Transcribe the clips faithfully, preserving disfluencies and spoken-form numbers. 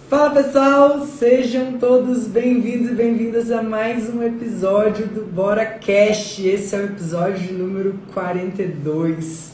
Fala pessoal, sejam todos bem-vindos e bem-vindas a mais um episódio do BoraCast. Esse é o episódio número quarenta e dois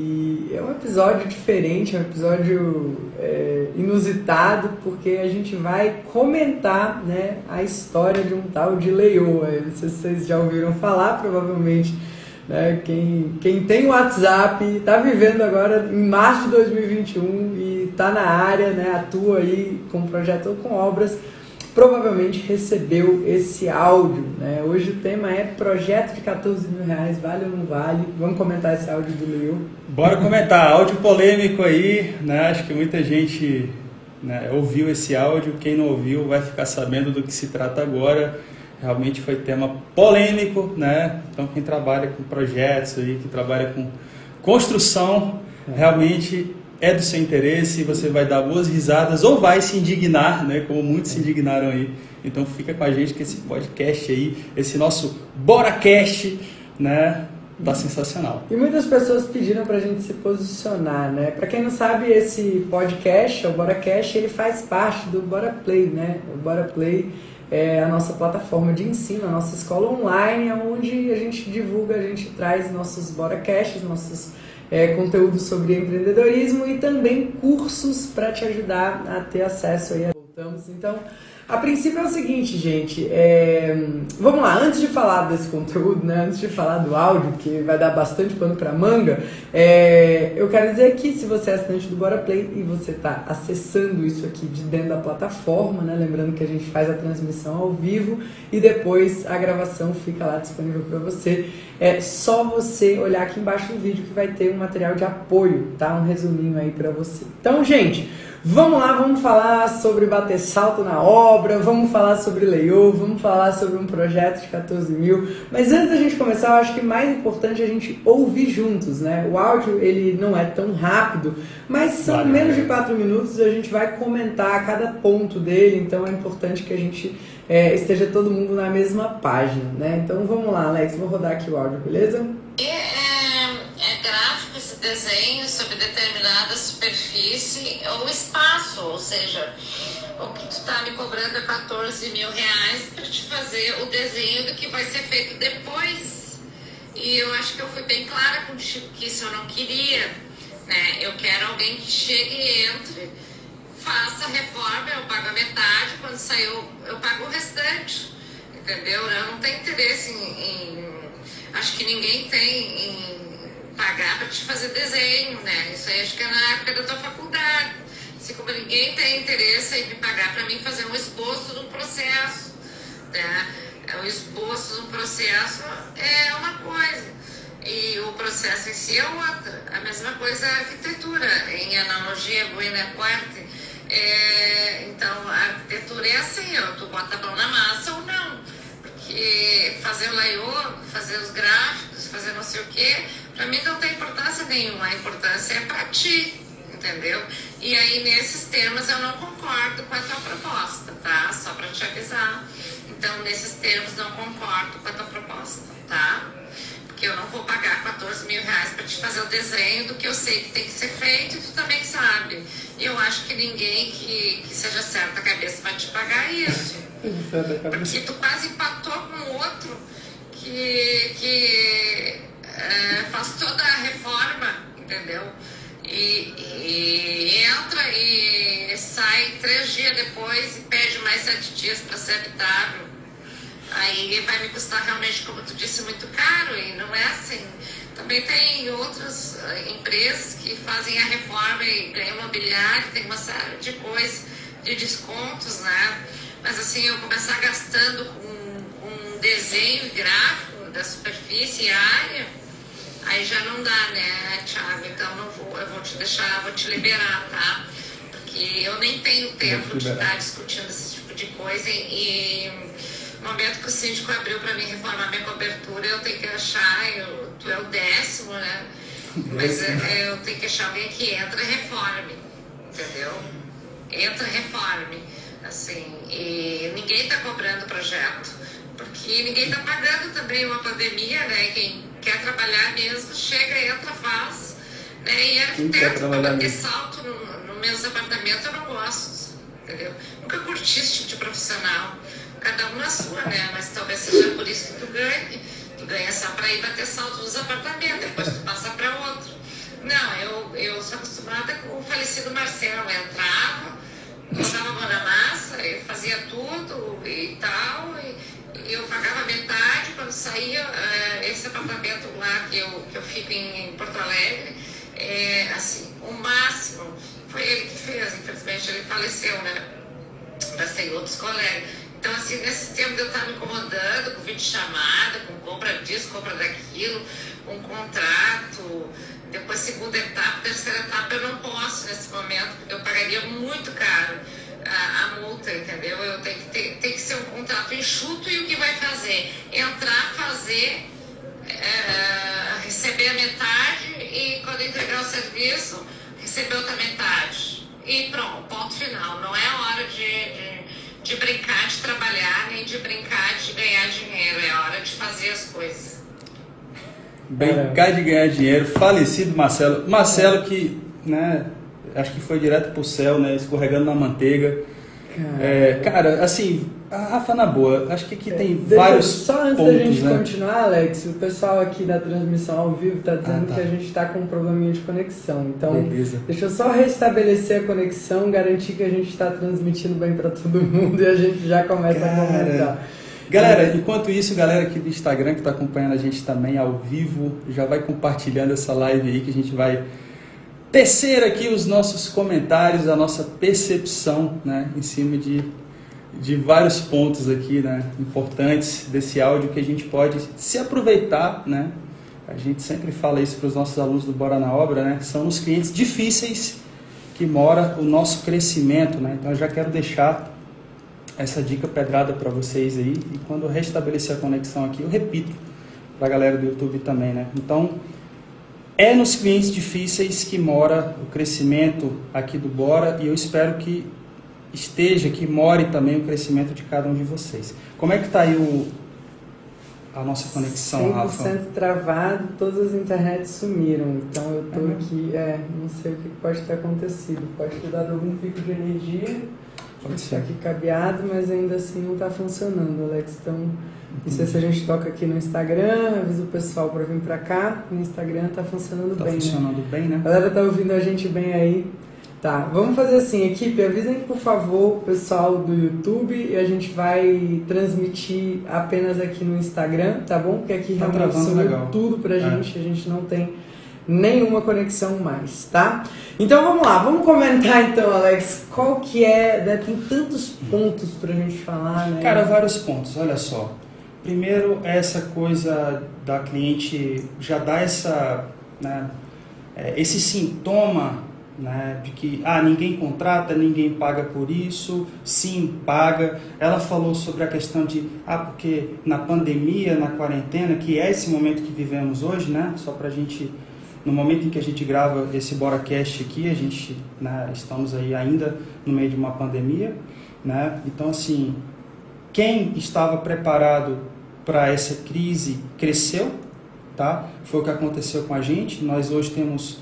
e é um episódio diferente, é um episódio é, inusitado, porque a gente vai comentar, né, a história de um tal de Leioa. Não sei se vocês já ouviram falar, provavelmente. Né? Quem, quem tem WhatsApp, está vivendo agora em março de dois mil e vinte e um e está na área, né? Atua aí com projeto ou com obras, provavelmente recebeu esse áudio. Né? Hoje o tema é projeto de quatorze mil reais, vale ou não vale? Vamos comentar esse áudio do Leo? Bora comentar, áudio polêmico aí, né? Acho que muita gente, né, ouviu esse áudio, quem não ouviu vai ficar sabendo do que se trata agora. Realmente foi tema polêmico, né? Então quem trabalha com projetos aí, que trabalha com construção, é. realmente é do seu interesse, você vai dar boas risadas ou vai se indignar, né? Como muitos se indignaram aí. Então fica com a gente que esse podcast aí, esse nosso BoraCast, né? Tá sensacional. E muitas pessoas pediram pra gente se posicionar, né? Pra quem não sabe, esse podcast, o BoraCast, ele faz parte do BoraPlay, né? O BoraPlay é a nossa plataforma de ensino, a nossa escola online, onde a gente divulga, a gente traz nossos BoraCasts, nossos é, conteúdos sobre empreendedorismo e também cursos para te ajudar a ter acesso aí. Voltamos, então, a princípio é o seguinte, gente, é... vamos lá, antes de falar desse conteúdo, né, antes de falar do áudio, que vai dar bastante pano para manga, é... eu quero dizer que se você é assinante do BoraPlay e você está acessando isso aqui de dentro da plataforma, né, lembrando que a gente faz a transmissão ao vivo e depois a gravação fica lá disponível para você, é só você olhar aqui embaixo do vídeo que vai ter um material de apoio, tá, um resuminho aí para você. Então, gente, vamos lá, vamos falar sobre bater salto na obra, vamos falar sobre Leioa, vamos falar sobre um projeto de quatorze mil, mas antes da gente começar, eu acho que mais importante é a gente ouvir juntos, né? O áudio, ele não é tão rápido, mas são vale, menos de quatro minutos e a gente vai comentar cada ponto dele, então é importante que a gente é, esteja todo mundo na mesma página, né? Então vamos lá, Alex, vou rodar aqui o áudio, beleza? É, é gráfico esse desenho sobre determinada superfície ou espaço, ou seja, o que tu está me cobrando é quatorze mil reais para te fazer o desenho do que vai ser feito depois. E eu acho que eu fui bem clara contigo que isso eu não queria, né? Eu quero alguém que chegue e entre, faça a reforma, eu pago a metade, quando sair eu, eu pago o restante, entendeu? Eu não tenho interesse em, em acho que ninguém tem em pagar para te fazer desenho, né? Isso aí acho que é na época da tua faculdade. Se como ninguém tem interesse em me pagar para mim fazer um esboço do processo, né? O esboço do processo é uma coisa e o processo em si é outra. A mesma coisa a arquitetura, em analogia Buena-Quarte. É, então a arquitetura é assim, ó, tu bota a mão na massa ou não. Porque fazer o layout, fazer os gráficos, fazer não sei o quê, pra mim não tem importância nenhuma, a importância é pra ti, entendeu? E aí nesses termos eu não concordo com a tua proposta, tá? Só pra te avisar. Então nesses termos não concordo com a tua proposta, tá? Porque eu não vou pagar quatorze mil reais pra te fazer o desenho do que eu sei que tem que ser feito e tu também sabe. E eu acho que ninguém que, que seja certa a cabeça vai te pagar isso. Porque tu quase empatou com o outro que, que é, faz toda a reforma, entendeu? E, e entra e sai três dias depois e pede mais sete dias para ser habitável. Aí vai me custar realmente, como tu disse, muito caro e não é assim. Também tem outras empresas que fazem a reforma e ganham imobiliário, tem uma série de coisas, de descontos, né? Mas assim, eu começar gastando com um desenho gráfico da superfície e área, aí já não dá, né, Thiago? Então não vou, eu vou te deixar, vou te liberar, tá? Porque eu nem tenho tempo de estar discutindo esse tipo de coisa e, e no momento que o síndico abriu para mim reformar minha cobertura, eu tenho que achar, eu, tu é o décimo, né? Mas é, eu tenho que achar alguém que entra e reforme, entendeu? Entra e reforme, assim, e ninguém está cobrando projeto, porque ninguém está pagando também uma pandemia, né? Quem quer trabalhar mesmo, chega, entra, faz, né? E arquiteto, para bater salto no, no meus apartamentos, eu não gosto. entendeu? Nunca curti esse tipo de profissional, cada um na sua, né? Mas talvez seja por isso que tu ganhe, tu ganha só para ir bater salto nos apartamentos, depois tu passa para outro. Não, eu, eu sou acostumada com o falecido Marcelo, eu entrava, botava a mão na massa, eu fazia tudo e tal, e eu pagava metade quando saía. Uh, esse apartamento lá que eu, que eu fico em, em Porto Alegre, é, assim, o máximo foi ele que fez, infelizmente ele faleceu, né? Mas tem outros colegas. Então, assim, nesse tempo eu estava me incomodando com vídeo chamada, com compra disso, compra daquilo, com contrato. Depois, segunda etapa, terceira etapa, eu não posso nesse momento, porque eu pagaria muito caro a, a multa, entendeu? Eu tenho que ter, tem que ser um contrato enxuto. E o que vai fazer? Entrar, fazer, é, receber a metade e quando entregar o serviço, receber outra metade. E pronto, ponto final. Não é hora de, de, de brincar de trabalhar, nem de brincar de ganhar dinheiro. É hora de fazer as coisas. Brincar de ganhar dinheiro, falecido Marcelo. Marcelo que, né, acho que foi direto pro céu, né, escorregando na manteiga. Cara, é, cara assim, a Rafa na boa, acho que aqui é, tem vários só antes pontos, da gente né? continuar, Alex, o pessoal aqui da transmissão ao vivo está dizendo ah, tá. que a gente está com um probleminha de conexão. Então, Beleza. deixa eu só restabelecer a conexão, garantir que a gente está transmitindo bem para todo mundo e a gente já começa cara. a comentar. Galera, enquanto isso, galera aqui do Instagram que está acompanhando a gente também ao vivo, já vai compartilhando essa live aí que a gente vai tecer aqui os nossos comentários, a nossa percepção, né, em cima de, de vários pontos aqui, né, importantes desse áudio que a gente pode se aproveitar, né? A gente sempre fala isso para os nossos alunos do Bora na Obra, né? São nos clientes difíceis que mora o nosso crescimento, né? Então eu já quero deixar essa dica pedrada para vocês aí, e quando eu restabelecer a conexão aqui, eu repito para a galera do YouTube também, né? Então, é nos clientes difíceis que mora o crescimento aqui do Bora, e eu espero que esteja, que more também o crescimento de cada um de vocês. Como é que está aí o, a nossa conexão, Rafa? cem por cento travado, todas as internets sumiram, então eu estou é. aqui, é, não sei o que pode ter acontecido, pode ter dado algum pico de energia. Pode ser aqui cabeado, mas ainda assim não está funcionando, Alex. Então, não sei se a gente toca aqui no Instagram, avisa o pessoal para vir para cá. No Instagram está funcionando tá bem, funcionando né? bem, né? A galera tá ouvindo a gente bem aí. Tá, vamos fazer assim, equipe, avisem por favor o pessoal do YouTube e a gente vai transmitir apenas aqui no Instagram, tá bom? Porque aqui tá realmente sumiu legal. tudo pra gente, é. a gente não tem nenhuma conexão mais, tá? Então vamos lá, vamos comentar então, Alex, qual que é, né, tem tantos pontos pra gente falar, né? Cara, vários pontos, olha só. Primeiro, essa coisa da cliente já dá essa, né, esse sintoma, né, de que ah, ninguém contrata, ninguém paga por isso. Sim, paga. Ela falou sobre a questão de ah, porque na pandemia, na quarentena, que é esse momento que vivemos hoje, né, só pra gente... No momento em que a gente grava esse BoraCast aqui, a gente, né, estamos aí ainda no meio de uma pandemia, né? Então, assim, quem estava preparado para essa crise cresceu, tá? Foi o que aconteceu com a gente. Nós hoje temos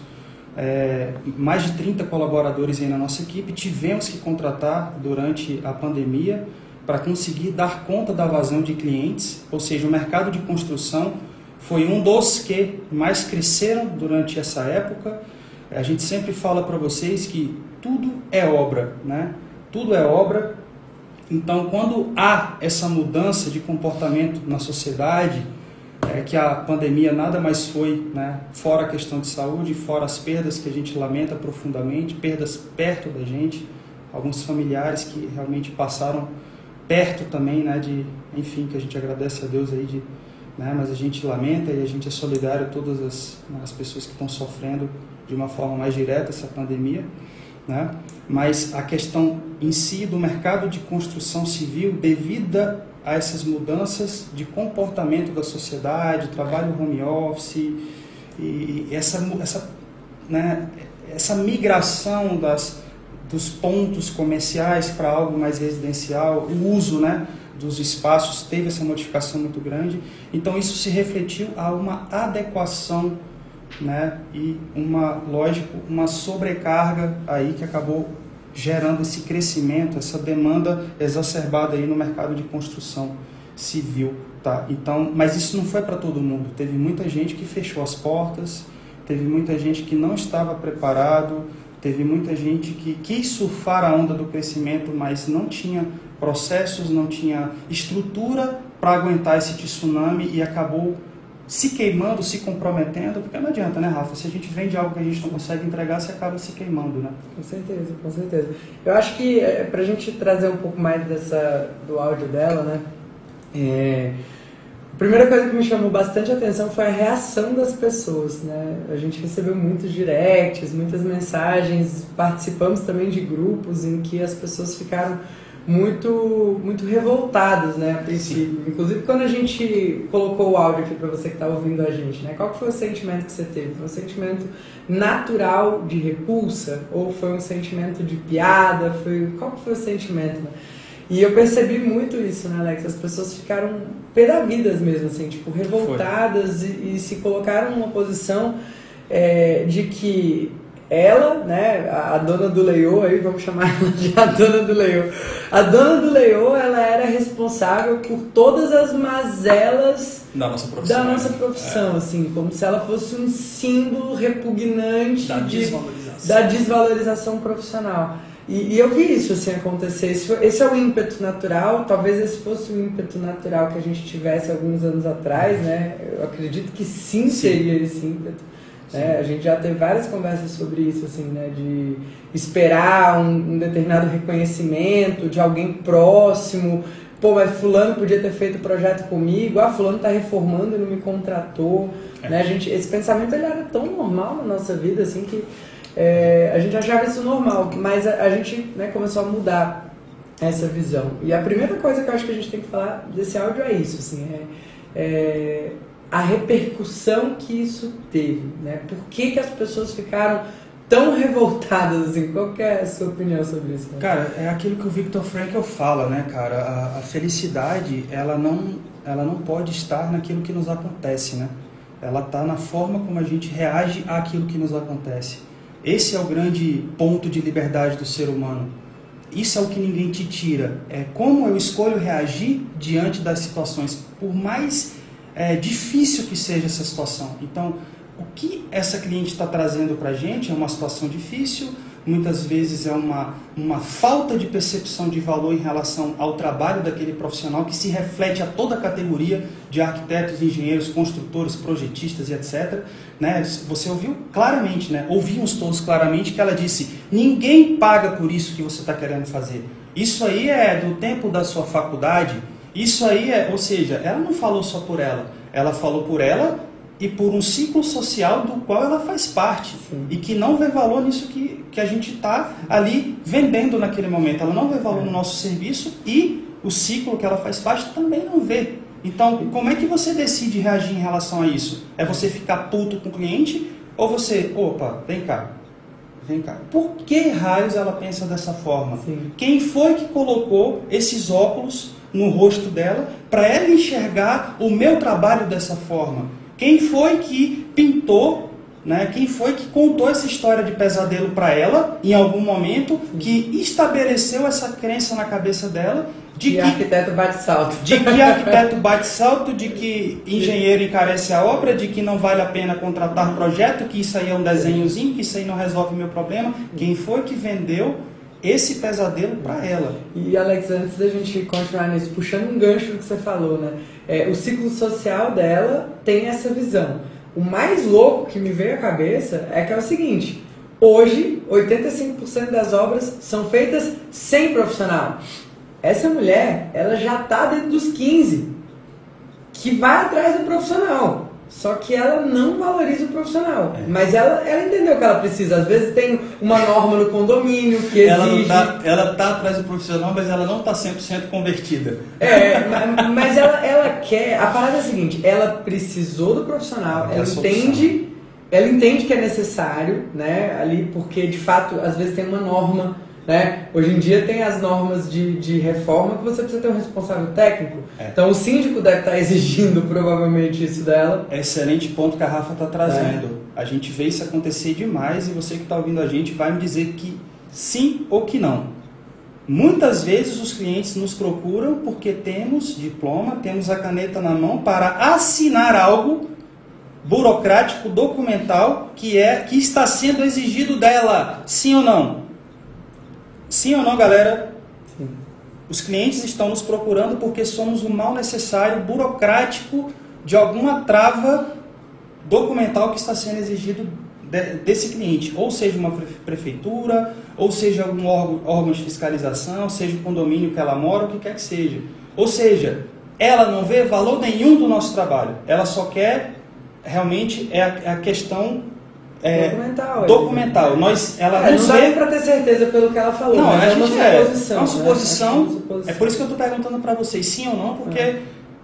é, mais de trinta colaboradores aí na nossa equipe. Tivemos que contratar durante a pandemia para conseguir dar conta da vazão de clientes, ou seja, o mercado de construção foi um dos que mais cresceram durante essa época. A gente sempre fala para vocês que tudo é obra, né? Tudo é obra. Então, quando há essa mudança de comportamento na sociedade, é, que a pandemia nada mais foi, né? Fora a questão de saúde, fora as perdas que a gente lamenta profundamente, perdas perto da gente, alguns familiares que realmente passaram perto também, né? De, enfim, que a gente agradece a Deus aí de... Né, mas a gente lamenta e a gente é solidário a todas as, né, as pessoas que estão sofrendo de uma forma mais direta essa pandemia, né? Mas a questão em si do mercado de construção civil, devido a essas mudanças de comportamento da sociedade, trabalho home office, e essa, essa, né, essa migração das, dos pontos comerciais para algo mais residencial, o uso, né, dos espaços teve essa modificação muito grande. Então isso se refletiu a uma adequação, né, e uma, lógico, uma sobrecarga aí que acabou gerando esse crescimento, essa demanda exacerbada aí no mercado de construção civil, tá? Então, mas isso não foi para todo mundo. Teve muita gente que fechou as portas, teve muita gente que não estava preparado, teve muita gente que quis surfar a onda do crescimento, mas não tinha processos, não tinha estrutura para aguentar esse tsunami e acabou se queimando, se comprometendo, porque não adianta, né, Rafa? Se a gente vende algo que a gente não consegue entregar, você acaba se queimando, né? Com certeza, com certeza. Eu acho que, é, para a gente trazer um pouco mais dessa, do áudio dela, né, é, a primeira coisa que me chamou bastante atenção foi a reação das pessoas, né? A gente recebeu muitos directs, muitas mensagens, participamos também de grupos em que as pessoas ficaram muito, muito revoltadas, né, a princípio. Inclusive, quando a gente colocou o áudio aqui para você que está ouvindo a gente, né, qual que foi o sentimento que você teve? Foi um sentimento natural de repulsa? Ou foi um sentimento de piada? Foi, qual que foi o sentimento, né? E eu percebi muito isso, né, Alex? As pessoas ficaram pé da vida mesmo, assim, tipo, revoltadas e, e se colocaram numa posição é, de que ela, né, a dona do Leô, aí vamos chamar ela de a dona do Leô. A dona do Leô, ela era responsável por todas as mazelas da nossa profissão, da nossa profissão, é. assim, como se ela fosse um símbolo repugnante da de, desvalorização. da desvalorização profissional. E, e eu vi isso assim acontecer. Esse, esse é o ímpeto natural. Talvez esse fosse o ímpeto natural que a gente tivesse alguns anos atrás, né? Eu acredito que sim, sim. seria esse ímpeto. É, a gente já teve várias conversas sobre isso, assim, né, de esperar um, um determinado reconhecimento de alguém próximo. Pô, mas fulano podia ter feito o projeto comigo, ah, fulano está reformando e não me contratou. É. Né, a gente, esse pensamento ele era tão normal na nossa vida, assim, que é, a gente achava isso normal, mas a, a gente, né, começou a mudar essa visão. E a primeira coisa que eu acho que a gente tem que falar desse áudio é isso, assim, é... é a repercussão que isso teve, né? Por que que as pessoas ficaram tão revoltadas, assim? Qual que é a sua opinião sobre isso? Né? Cara, é aquilo que o Viktor Frankl fala, né, cara? A, a felicidade, ela não, ela não pode estar naquilo que nos acontece, né? Ela está na forma como a gente reage àquilo que nos acontece. Esse é o grande ponto de liberdade do ser humano. Isso é o que ninguém te tira. É como eu escolho reagir diante das situações, por mais é difícil que seja essa situação. Então, o que essa cliente está trazendo para a gente é uma situação difícil, muitas vezes é uma, uma falta de percepção de valor em relação ao trabalho daquele profissional que se reflete a toda a categoria de arquitetos, engenheiros, construtores, projetistas e etcétera. Né? Você ouviu claramente, né? Ouvimos todos claramente que ela disse: ninguém paga por isso que você está querendo fazer. Isso aí é do tempo da sua faculdade. Isso aí é, ou seja, ela não falou só por ela, ela falou por ela e por um ciclo social do qual ela faz parte. Sim. E que não vê valor nisso que, que a gente está ali vendendo naquele momento. Ela não vê valor é. no nosso serviço e o ciclo que ela faz parte também não vê. Então, como é que você decide reagir em relação a isso? É você ficar puto com o cliente ou você, opa, vem cá, vem cá. Por que raios ela pensa dessa forma? Sim. Quem foi que colocou esses óculos no rosto dela para ela enxergar o meu trabalho dessa forma? Quem foi que pintou, né? Quem foi que contou essa história de pesadelo para ela em algum momento, que estabeleceu essa crença na cabeça dela de que arquiteto bate salto, de que arquiteto bate salto, de que engenheiro encarece a obra, de que não vale a pena contratar projeto, que isso aí é um desenhozinho, que isso aí não resolve o meu problema? Quem foi que vendeu esse pesadelo para ela? E Alex, antes da gente continuar nisso, puxando um gancho do que você falou, né? É, o ciclo social dela tem essa visão. O mais louco que me veio à cabeça é que é o seguinte: hoje, oitenta e cinco por cento das obras são feitas sem profissional. Essa mulher, ela já está dentro dos quinze, que vai atrás do profissional. Só que ela não valoriza o profissional. É. Mas ela, ela entendeu que ela precisa. Às vezes tem uma norma no condomínio que exige... Ela está atrás do profissional, mas ela não está cem por cento convertida. É, mas ela, ela quer... A parada é a seguinte: ela precisou do profissional, ela, ela entende, ela entende que é necessário, né, ali, porque de fato, às vezes tem uma norma. Né? Hoje em dia tem as normas de, de reforma que você precisa ter um responsável técnico. É. Então o síndico deve estar exigindo provavelmente isso dela. É excelente ponto que a Rafa está trazendo. É. A gente vê isso acontecer demais e você que está ouvindo a gente vai me dizer que sim ou que não. Muitas vezes os clientes nos procuram porque temos diploma, temos a caneta na mão para assinar algo burocrático, documental, que, é, que está sendo exigido dela. Sim ou não? Sim ou não, galera? Sim. Os clientes estão nos procurando porque somos o mal necessário burocrático de alguma trava documental que está sendo exigido desse cliente, ou seja uma prefeitura, ou seja algum órgão, órgão de fiscalização, seja o condomínio que ela mora, o que quer que seja. Ou seja, ela não vê valor nenhum do nosso trabalho, ela só quer, realmente, é a, a questão é, documental. documental. Nós, ela é, nos não vê... dá para ter certeza pelo que ela falou, não, mas a é gente uma é, suposição. É uma suposição, né? É, uma suposição. É por isso que eu estou perguntando para vocês, sim ou não, porque é.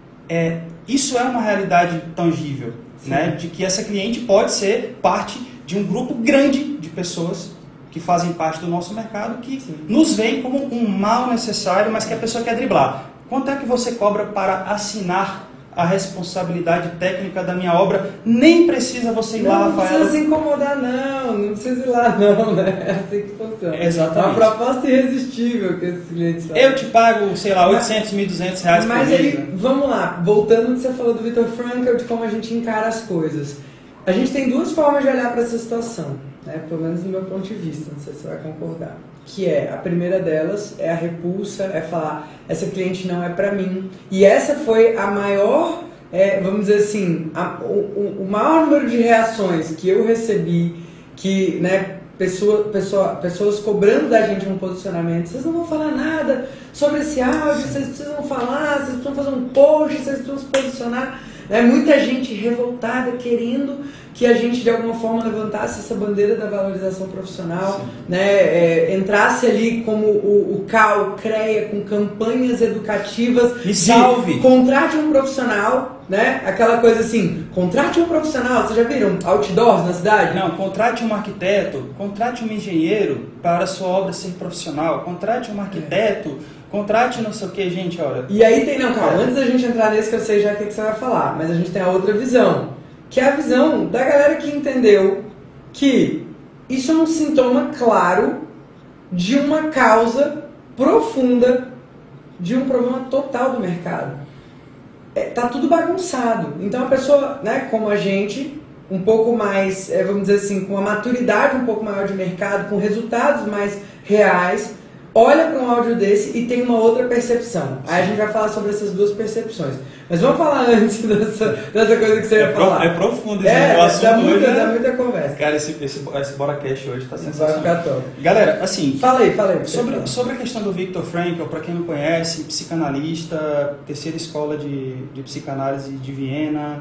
É, isso é uma realidade tangível, né? De que essa cliente pode ser parte de um grupo grande de pessoas que fazem parte do nosso mercado, que Sim. nos veem como um mal necessário, mas que a pessoa quer driblar. Quanto é que você cobra para assinar a responsabilidade técnica da minha obra? Nem precisa você ir não, lá, não Rafael. Não precisa se incomodar, não. Não precisa ir lá, não, né? É assim que funciona. Exatamente. É uma proposta irresistível que esses clientes fazem. Eu te pago, sei lá, oitocentos, mil e duzentos reais por mês. Mas aí, vamos lá. Voltando no que você falou do Viktor Frankl, de como a gente encara as coisas. A gente tem duas formas de olhar para essa situação, né? Pelo menos do meu ponto de vista, não sei se você vai concordar. Que é, a primeira delas é a repulsa, é falar, essa cliente não é para mim. E essa foi a maior, é, vamos dizer assim, a, o, o maior número de reações que eu recebi, que, né, pessoa, pessoa, pessoas cobrando da gente um posicionamento. Vocês não vão falar nada sobre esse áudio, vocês precisam falar, vocês precisam fazer um post, vocês precisam se posicionar. É muita gente revoltada, querendo que a gente de alguma forma levantasse essa bandeira da valorização profissional, né? É, entrasse ali como o, o C A U, CREA, com campanhas educativas. Me salve! Contrate um profissional, né? Aquela coisa assim, contrate um profissional. Vocês já viram outdoors na cidade? Não, contrate um arquiteto, contrate um engenheiro para a sua obra ser profissional, contrate um arquiteto, é. Contrate não sei o que, gente, olha. E aí tem, não, calma, antes da gente entrar nesse que eu sei já o que, que você vai falar, mas a gente tem a outra visão, que é a visão da galera que entendeu que isso é um sintoma claro de uma causa profunda de um problema total do mercado. É, tá tudo bagunçado. Então a pessoa, né, como a gente, um pouco mais, é, vamos dizer assim, com uma maturidade um pouco maior de mercado, com resultados mais reais, olha para um áudio desse e tem uma outra percepção. Aí a gente vai falar sobre essas duas percepções. Mas vamos falar antes dessa, dessa coisa que você é ia falar. Pro, é profundo esse é, assunto dá muita, hoje, né? dá muita conversa. Cara, esse, esse, esse BoraCast hoje está sensacional. Vai ficar top. Galera, assim... Fala aí, fala aí. Sobre, sobre a questão do Viktor Frankl, para quem não conhece, psicanalista, terceira escola de, de psicanálise de Viena,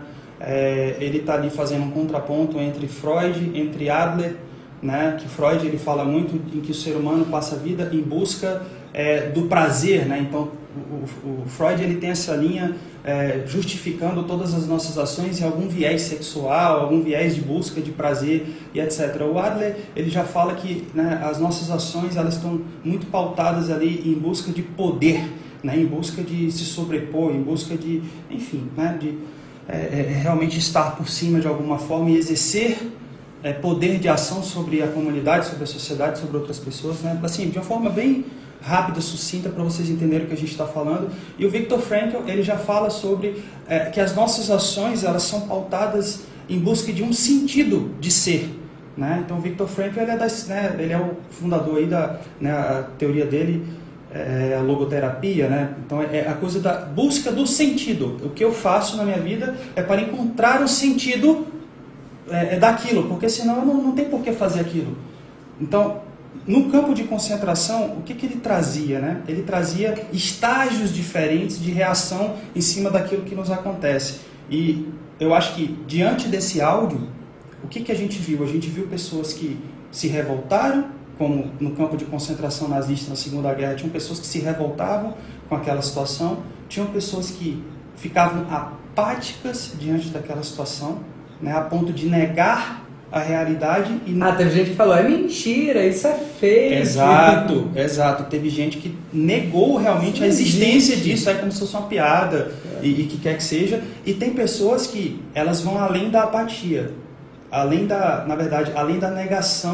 é, ele está ali fazendo um contraponto entre Freud, entre Adler, né, que Freud ele fala muito em que o ser humano passa a vida em busca é, do prazer, né? Então o, o, o Freud ele tem essa linha é, justificando todas as nossas ações em algum viés sexual, algum viés de busca de prazer e etcétera. O Adler ele já fala que, né, as nossas ações elas estão muito pautadas ali em busca de poder, né, em busca de se sobrepor, em busca de, enfim, né, de é, é, realmente estar por cima de alguma forma e exercer É, poder de ação sobre a comunidade, sobre a sociedade, sobre outras pessoas, né? Assim, de uma forma bem rápida, sucinta, para vocês entenderem o que a gente está falando. E o Viktor Frankl, ele já fala sobre é, que as nossas ações, elas são pautadas em busca de um sentido de ser, né? Então, o Viktor Frankl, ele é, das, né, ele é o fundador aí da, né, a teoria dele é a logoterapia, né? Então, é a coisa da busca do sentido. O que eu faço na minha vida é para encontrar o sentido É, é daquilo, porque senão não, não tem por que fazer aquilo. Então, no campo de concentração, o que, que ele trazia? Né? Ele trazia estágios diferentes de reação em cima daquilo que nos acontece. E eu acho que, diante desse áudio, o que, que a gente viu? A gente viu pessoas que se revoltaram, como no campo de concentração nazista na Segunda Guerra, tinham pessoas que se revoltavam com aquela situação, tinham pessoas que ficavam apáticas diante daquela situação, né, a ponto de negar a realidade. E... Ah, teve gente que falou, é mentira, isso é feio. Exato, exato. Teve gente que negou realmente a existência disso, é como se fosse uma piada, é. e, e que quer que seja. E tem pessoas que elas vão além da apatia, além da, na verdade, além da negação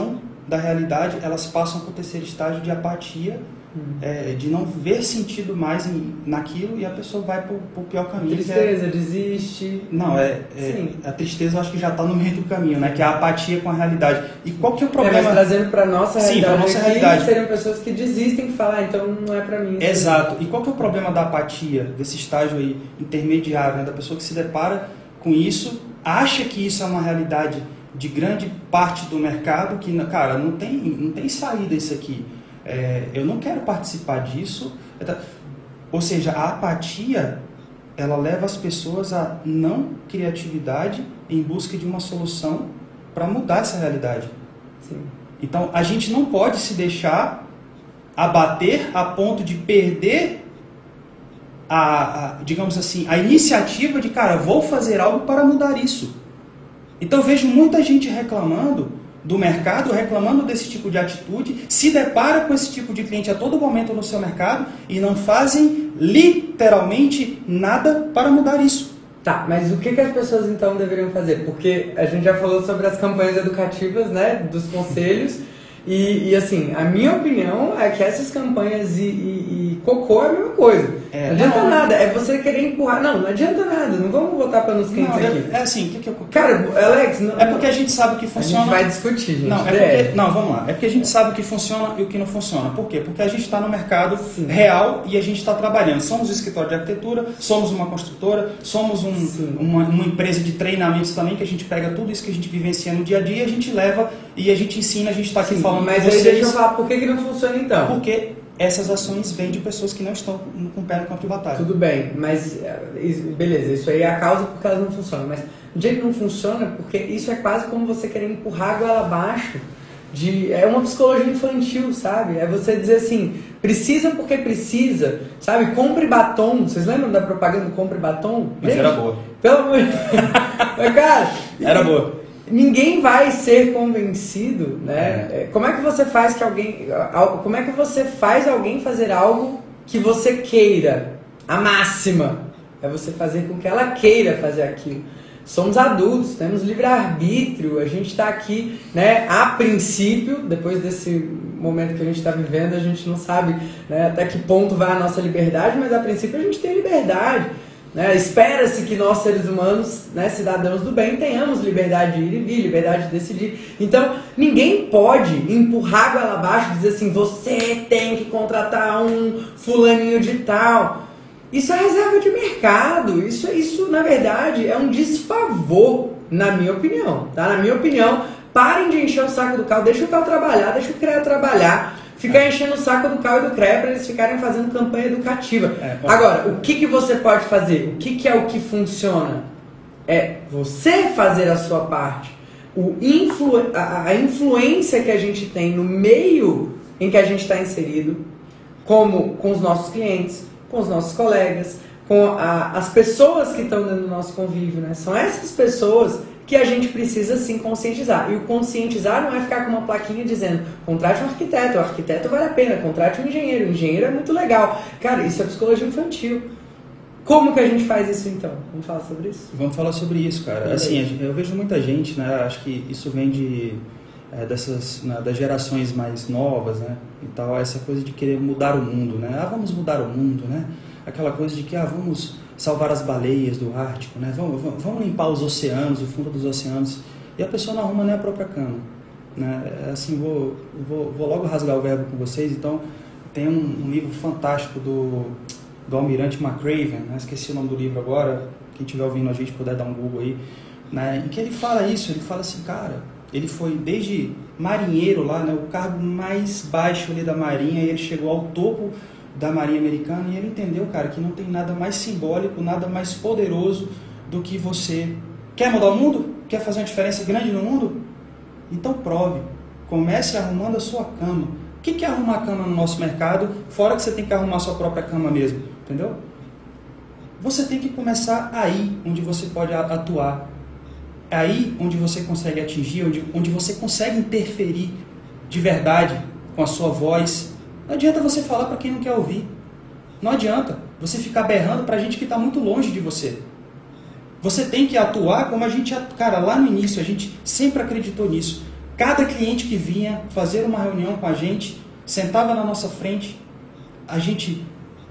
da realidade, elas passam para o terceiro estágio de apatia, hum. é, de não ver sentido mais em, naquilo, e a pessoa vai para o pior caminho. Tristeza, é... desiste. Não, é, é a tristeza eu acho que já está no meio do caminho, né? Que é a apatia com a realidade. E qual que é o problema? É, mas trazendo para nossa realidade, Sim, para nossa aqui, realidade. seriam pessoas que desistem e falam, ah, então não é para mim. Exato. E qual que é o problema da apatia, desse estágio aí intermediário, né? Da pessoa que se depara com isso, acha que isso é uma realidade de grande parte do mercado, que, cara, não tem, não tem saída isso aqui. É, eu não quero participar disso. Ou seja, a apatia, ela leva as pessoas a não criatividade em busca de uma solução para mudar essa realidade. Sim. Então, a gente não pode se deixar abater a ponto de perder a, a, digamos assim, a iniciativa de, cara, vou fazer algo para mudar isso. Então eu vejo muita gente reclamando do mercado, reclamando desse tipo de atitude, se depara com esse tipo de cliente a todo momento no seu mercado e não fazem literalmente nada para mudar isso. Tá, mas o que, que as pessoas então deveriam fazer? Porque a gente já falou sobre as campanhas educativas, né, dos conselhos, e, e assim, a minha opinião é que essas campanhas e, e, e cocô é a mesma coisa. É, não adianta não, nada, é você querer empurrar. Não, não adianta nada, não vamos botar panos quentes não, aqui. É, é assim, o que, que eu... Cara, Alex... Não, é porque a gente sabe o que funciona... A gente vai discutir, gente. Não, é porque, não, vamos lá. É porque a gente sabe o que funciona e o que não funciona. Por quê? Porque a gente está no mercado Sim. real e a gente está trabalhando. Somos um escritório de arquitetura, somos uma construtora, somos um, uma, uma empresa de treinamentos também, que a gente pega tudo isso que a gente vivencia no dia a dia, a gente leva e a gente ensina, a gente está aqui Sim, falando mas com vocês. Mas aí deixa eu falar, por que, que não funciona então? Porque... essas ações vêm de pessoas que não estão com o pé no campo de batalha. Tudo bem, mas beleza, isso aí é a causa porque elas não funcionam. Mas o dia que não funciona, porque isso é quase como você querer empurrar a goela abaixo. De, é uma psicologia infantil, sabe? É você dizer assim, precisa porque precisa, sabe? Compre batom. Vocês lembram da propaganda do Compre Batom? Mas Gente, era boa. Pelo amor de Deus. Cara, era boa. Ninguém vai ser convencido, né? É. Como é que você faz que alguém, como é que você faz alguém fazer algo que você queira? A máxima é você fazer com que ela queira fazer aquilo. Somos adultos, temos livre-arbítrio, a gente está aqui, né? A princípio, depois desse momento que a gente está vivendo, a gente não sabe, né, até que ponto vai a nossa liberdade, mas a princípio a gente tem liberdade. Né? Espera-se que nós, seres humanos, né, cidadãos do bem, tenhamos liberdade de ir e vir, liberdade de decidir. Então, ninguém pode empurrar a goela abaixo e dizer assim, você tem que contratar um fulaninho de tal. Isso é reserva de mercado. Isso, isso, na verdade, é um desfavor, na minha opinião. Tá? Na minha opinião, parem de encher o saco do carro, deixa o carro trabalhar, deixa o C R E A trabalhar. Ficar enchendo o saco do carro e do C R E A para eles ficarem fazendo campanha educativa. É, Agora, o que, que você pode fazer? O que, que é o que funciona? É você fazer a sua parte. O influ, a, a influência que a gente tem no meio em que a gente está inserido, como com os nossos clientes, com os nossos colegas, com a, as pessoas que estão dentro do nosso convívio, né? São essas pessoas que a gente precisa sim conscientizar. E o conscientizar não é ficar com uma plaquinha dizendo contrate um arquiteto, o arquiteto vale a pena, contrate um engenheiro, o engenheiro é muito legal. Cara, isso é psicologia infantil. Como que a gente faz isso então? Vamos falar sobre isso? Vamos falar sobre isso, cara. Assim, eu vejo muita gente, né? Acho que isso vem de, é, dessas, né, das gerações mais novas, né? E tal, essa coisa de querer mudar o mundo, né? Ah, vamos mudar o mundo, né? Aquela coisa de que, ah, vamos salvar as baleias do Ártico, né? Vamos, vamos, vamos limpar os oceanos, o fundo dos oceanos. E a pessoa não arruma nem a própria cama, né? Assim, vou, vou, vou logo rasgar o verbo com vocês. Então, tem um, um livro fantástico do, do Almirante McRaven, né? Esqueci o nome do livro agora, quem estiver ouvindo a gente puder dar um Google aí, né? Em que ele fala isso, ele fala assim, cara, ele foi desde marinheiro lá, né? O cargo mais baixo ali da marinha, e ele chegou ao topo da Marinha Americana, e ele entendeu, cara, que não tem nada mais simbólico, nada mais poderoso do que você. Quer mudar o mundo? Quer fazer uma diferença grande no mundo? Então prove. Comece arrumando a sua cama. O que é arrumar a cama no nosso mercado? Fora que você tem que arrumar a sua própria cama mesmo, entendeu? Você tem que começar aí, onde você pode atuar. Aí onde você consegue atingir, onde, onde você consegue interferir de verdade com a sua voz. Não adianta você falar para quem não quer ouvir. Não adianta você ficar berrando para gente que está muito longe de você. Você tem que atuar como a gente... Cara, lá no início a gente sempre acreditou nisso. cada cliente que vinha fazer uma reunião com a gente, sentava na nossa frente, a gente,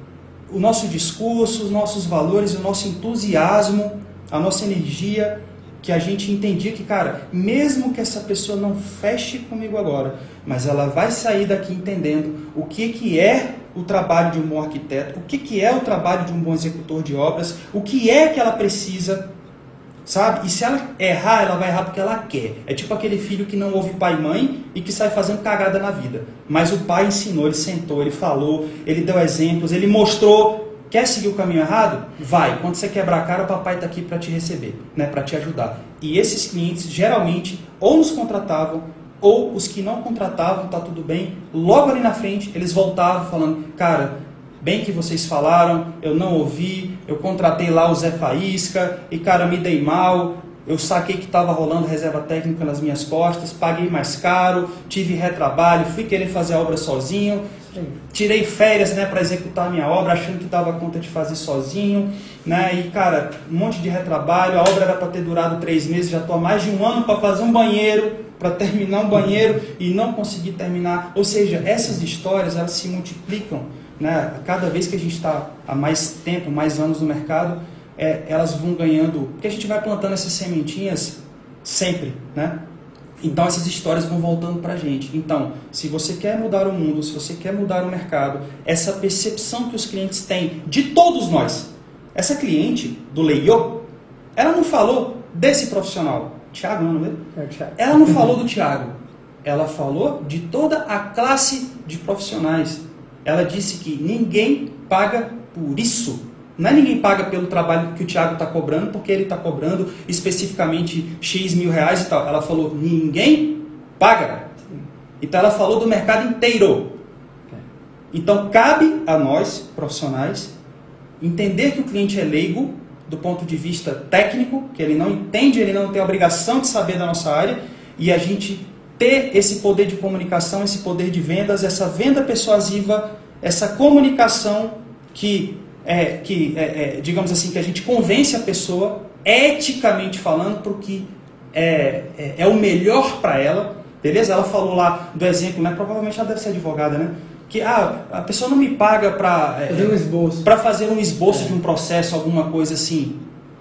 o nosso discurso, os nossos valores, o nosso entusiasmo, a nossa energia, que a gente entendia que, cara, mesmo que essa pessoa não feche comigo agora, mas ela vai sair daqui entendendo o que, que é o trabalho de um bom arquiteto, o que, que é o trabalho de um bom executor de obras, o que é que ela precisa, sabe? E se ela errar, ela vai errar porque ela quer. É tipo aquele filho que não ouve pai e mãe e que sai fazendo cagada na vida. Mas o pai ensinou, ele sentou, ele falou, ele deu exemplos, ele mostrou. Quer seguir o caminho errado? Vai. Quando você quebrar a cara, o papai está aqui para te receber, né? Para te ajudar. E esses clientes, geralmente, ou nos contratavam, ou os que não contratavam, tá tudo bem, logo ali na frente, eles voltavam falando, cara, bem que vocês falaram, eu não ouvi, eu contratei lá o Zé Faísca, e cara, me dei mal, eu saquei que estava rolando reserva técnica nas minhas costas, paguei mais caro, tive retrabalho, fui querer fazer a obra sozinho, tirei férias, né, para executar a minha obra, achando que dava conta de fazer sozinho, né, e cara, um monte de retrabalho, a obra era para ter durado três meses, já estou há mais de um ano para fazer um banheiro, para terminar um banheiro e não consegui terminar. Ou seja, essas histórias, elas se multiplicam, né, cada vez que a gente está há mais tempo, mais anos no mercado, é, elas vão ganhando, porque a gente vai plantando essas sementinhas sempre, né? Então essas histórias vão voltando para a gente. Então, se você quer mudar o mundo, se você quer mudar o mercado, essa percepção que os clientes têm de todos nós. Essa cliente do Leio, ela não falou desse profissional. Thiago, não é? É o Thiago. Ela não falou do Thiago. Ela falou de toda a classe de profissionais. Ela disse que ninguém paga por isso. Não é ninguém paga pelo trabalho que o Thiago está cobrando, porque ele está cobrando especificamente X mil reais e tal. Ela falou, ninguém paga. Então ela falou do mercado inteiro. Então cabe a nós, profissionais, entender que o cliente é leigo do ponto de vista técnico, que ele não entende, ele não tem a obrigação de saber da nossa área, e a gente ter esse poder de comunicação, esse poder de vendas, essa venda persuasiva, essa comunicação que... É, que, é, é, digamos assim, que a gente convence a pessoa, eticamente falando, para o que é, é, é o melhor para ela, beleza? Ela falou lá do exemplo, né? Provavelmente ela deve ser advogada, né? Que ah, a pessoa não me paga para é, fazer um esboço, para fazer um esboço é. de um processo, alguma coisa assim.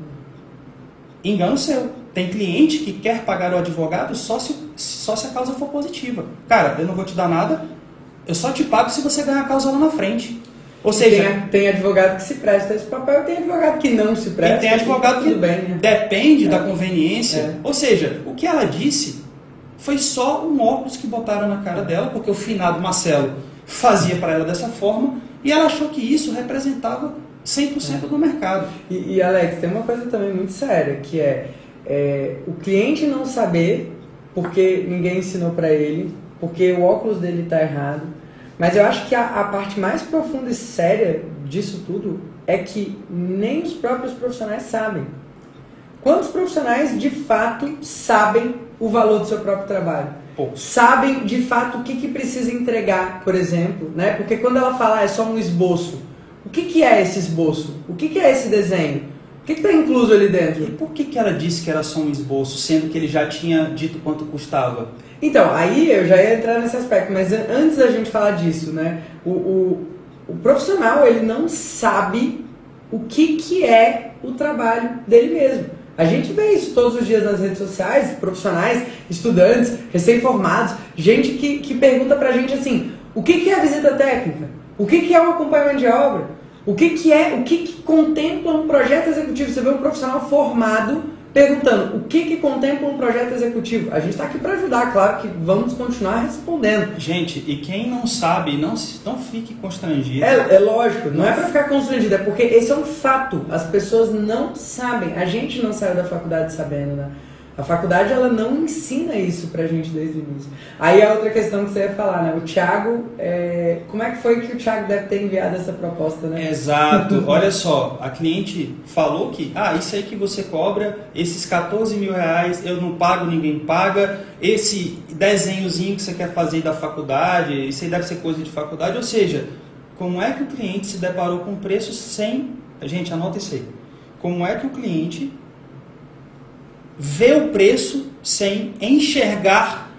Engano seu. Tem cliente que quer pagar o advogado só se, só se a causa for positiva. Cara, eu não vou te dar nada, eu só te pago se você ganhar a causa lá na frente. Ou seja, tem, tem advogado que se presta a esse papel e tem advogado que não se presta. E tem advogado que bem, né? depende é. da conveniência. É. Ou seja, o que ela disse foi só um óculos que botaram na cara dela, porque o finado Marcelo fazia para ela dessa forma, e ela achou que isso representava cem por cento é. do mercado. E, e Alex, tem uma coisa também muito séria, que é, é o cliente não saber porque ninguém ensinou para ele, porque o óculos dele está errado. Mas eu acho que a, a parte mais profunda e séria disso tudo é que nem os próprios profissionais sabem. Quantos profissionais de fato sabem o valor do seu próprio trabalho? Poucos. Sabem de fato o que, que precisa entregar, por exemplo, né? Porque quando ela fala ah, é só um esboço, o que, que é esse esboço? O que, que é esse desenho? O que está incluso ali dentro? E por que, que ela disse que era só um esboço, sendo que ele já tinha dito quanto custava? Então, aí eu já ia entrar nesse aspecto, mas antes da gente falar disso, né, o, o, o profissional, ele não sabe o que, que é o trabalho dele mesmo. A gente vê isso todos os dias nas redes sociais, profissionais, estudantes, recém-formados, gente que, que pergunta pra gente assim, o que, que é a visita técnica? O que, que é um acompanhamento de obra? O que, que é, o que, que contempla um projeto executivo? Você vê um profissional formado perguntando o que, que contempla um projeto executivo. A gente está aqui para ajudar, claro que vamos continuar respondendo. Gente, e quem não sabe, não, não fique constrangido. É, é lógico, não é para ficar constrangido, é porque esse é um fato. As pessoas não sabem, a gente não saiu da faculdade sabendo, né? A faculdade, ela não ensina isso pra gente desde o início. Aí a outra questão que você ia falar, né? O Thiago, é... como é que foi que o Thiago deve ter enviado essa proposta, né? Exato. Olha só, a cliente falou que, ah, isso aí que você cobra, esses quatorze mil reais, eu não pago, ninguém paga, esse desenhozinho que você quer fazer da faculdade, isso aí deve ser coisa de faculdade. Ou seja, como é que o cliente se deparou com preços sem... Gente, anota isso aí. Como é que o cliente vê o preço sem enxergar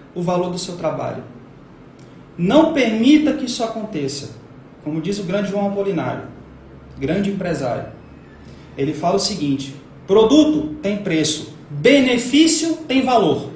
o valor do seu trabalho. Não permita que isso aconteça. Como diz o grande João Apolinário, grande empresário. Ele fala o seguinte: produto tem preço, benefício tem valor.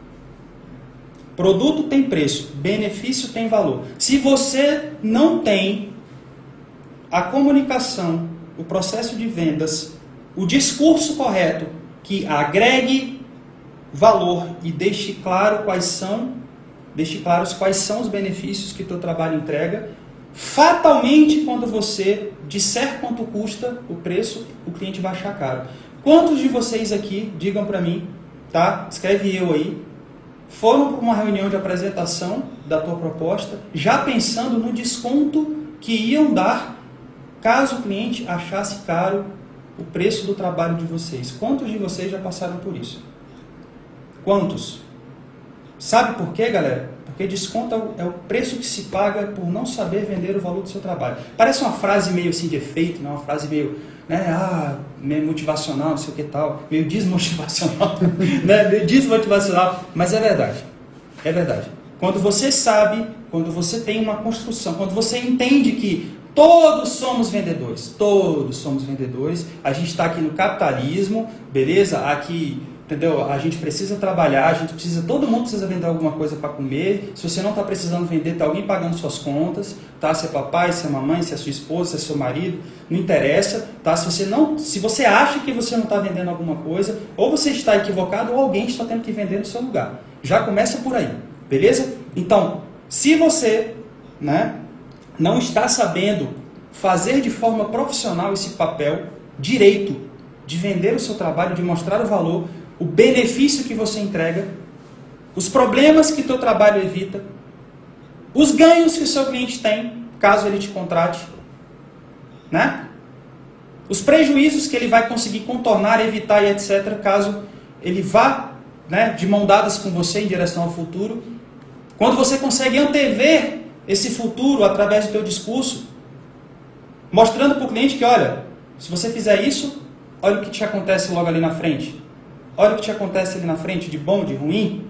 Produto tem preço, benefício tem valor. Se você não tem a comunicação, o processo de vendas, o discurso correto que agregue valor e deixe claro quais são, deixe claros quais são os benefícios que o teu trabalho entrega, fatalmente quando você disser quanto custa o preço, o cliente vai achar caro. Quantos de vocês aqui, digam para mim, tá? Escreve eu aí, foram para uma reunião de apresentação da tua proposta, já pensando no desconto que iam dar caso o cliente achasse caro o preço do trabalho de vocês? Quantos de vocês já passaram por isso? Quantos? Sabe por quê, galera? Porque desconto é o preço que se paga por não saber vender o valor do seu trabalho. Parece uma frase meio assim de efeito, né? Uma frase meio, né? Ah, meio motivacional, não sei o que tal, meio desmotivacional, né? Meio desmotivacional, mas é verdade. É verdade. Quando você sabe, quando você tem uma construção, quando você entende que todos somos vendedores, todos somos vendedores, a gente está aqui no capitalismo, beleza? Aqui, entendeu? A gente precisa trabalhar, a gente precisa, todo mundo precisa vender alguma coisa para comer. Se você não está precisando vender, está alguém pagando suas contas, tá? Se é papai, se é mamãe, se é sua esposa, se é seu marido, não interessa, tá? Se você não, se você acha que você não está vendendo alguma coisa, ou você está equivocado, ou alguém está tendo que vender no seu lugar. Já começa por aí, beleza? Então, se você, né, não está sabendo fazer de forma profissional esse papel direito de vender o seu trabalho, de mostrar o valor, o benefício que você entrega, os problemas que o teu trabalho evita, os ganhos que o seu cliente tem, caso ele te contrate, né? Os prejuízos que ele vai conseguir contornar, evitar e etcétera, caso ele vá, né, de mão dadas com você em direção ao futuro. Quando você consegue antever esse futuro através do teu discurso, mostrando para o cliente que, olha, se você fizer isso, olha o que te acontece logo ali na frente. Olha o que te acontece ali na frente, de bom, de ruim.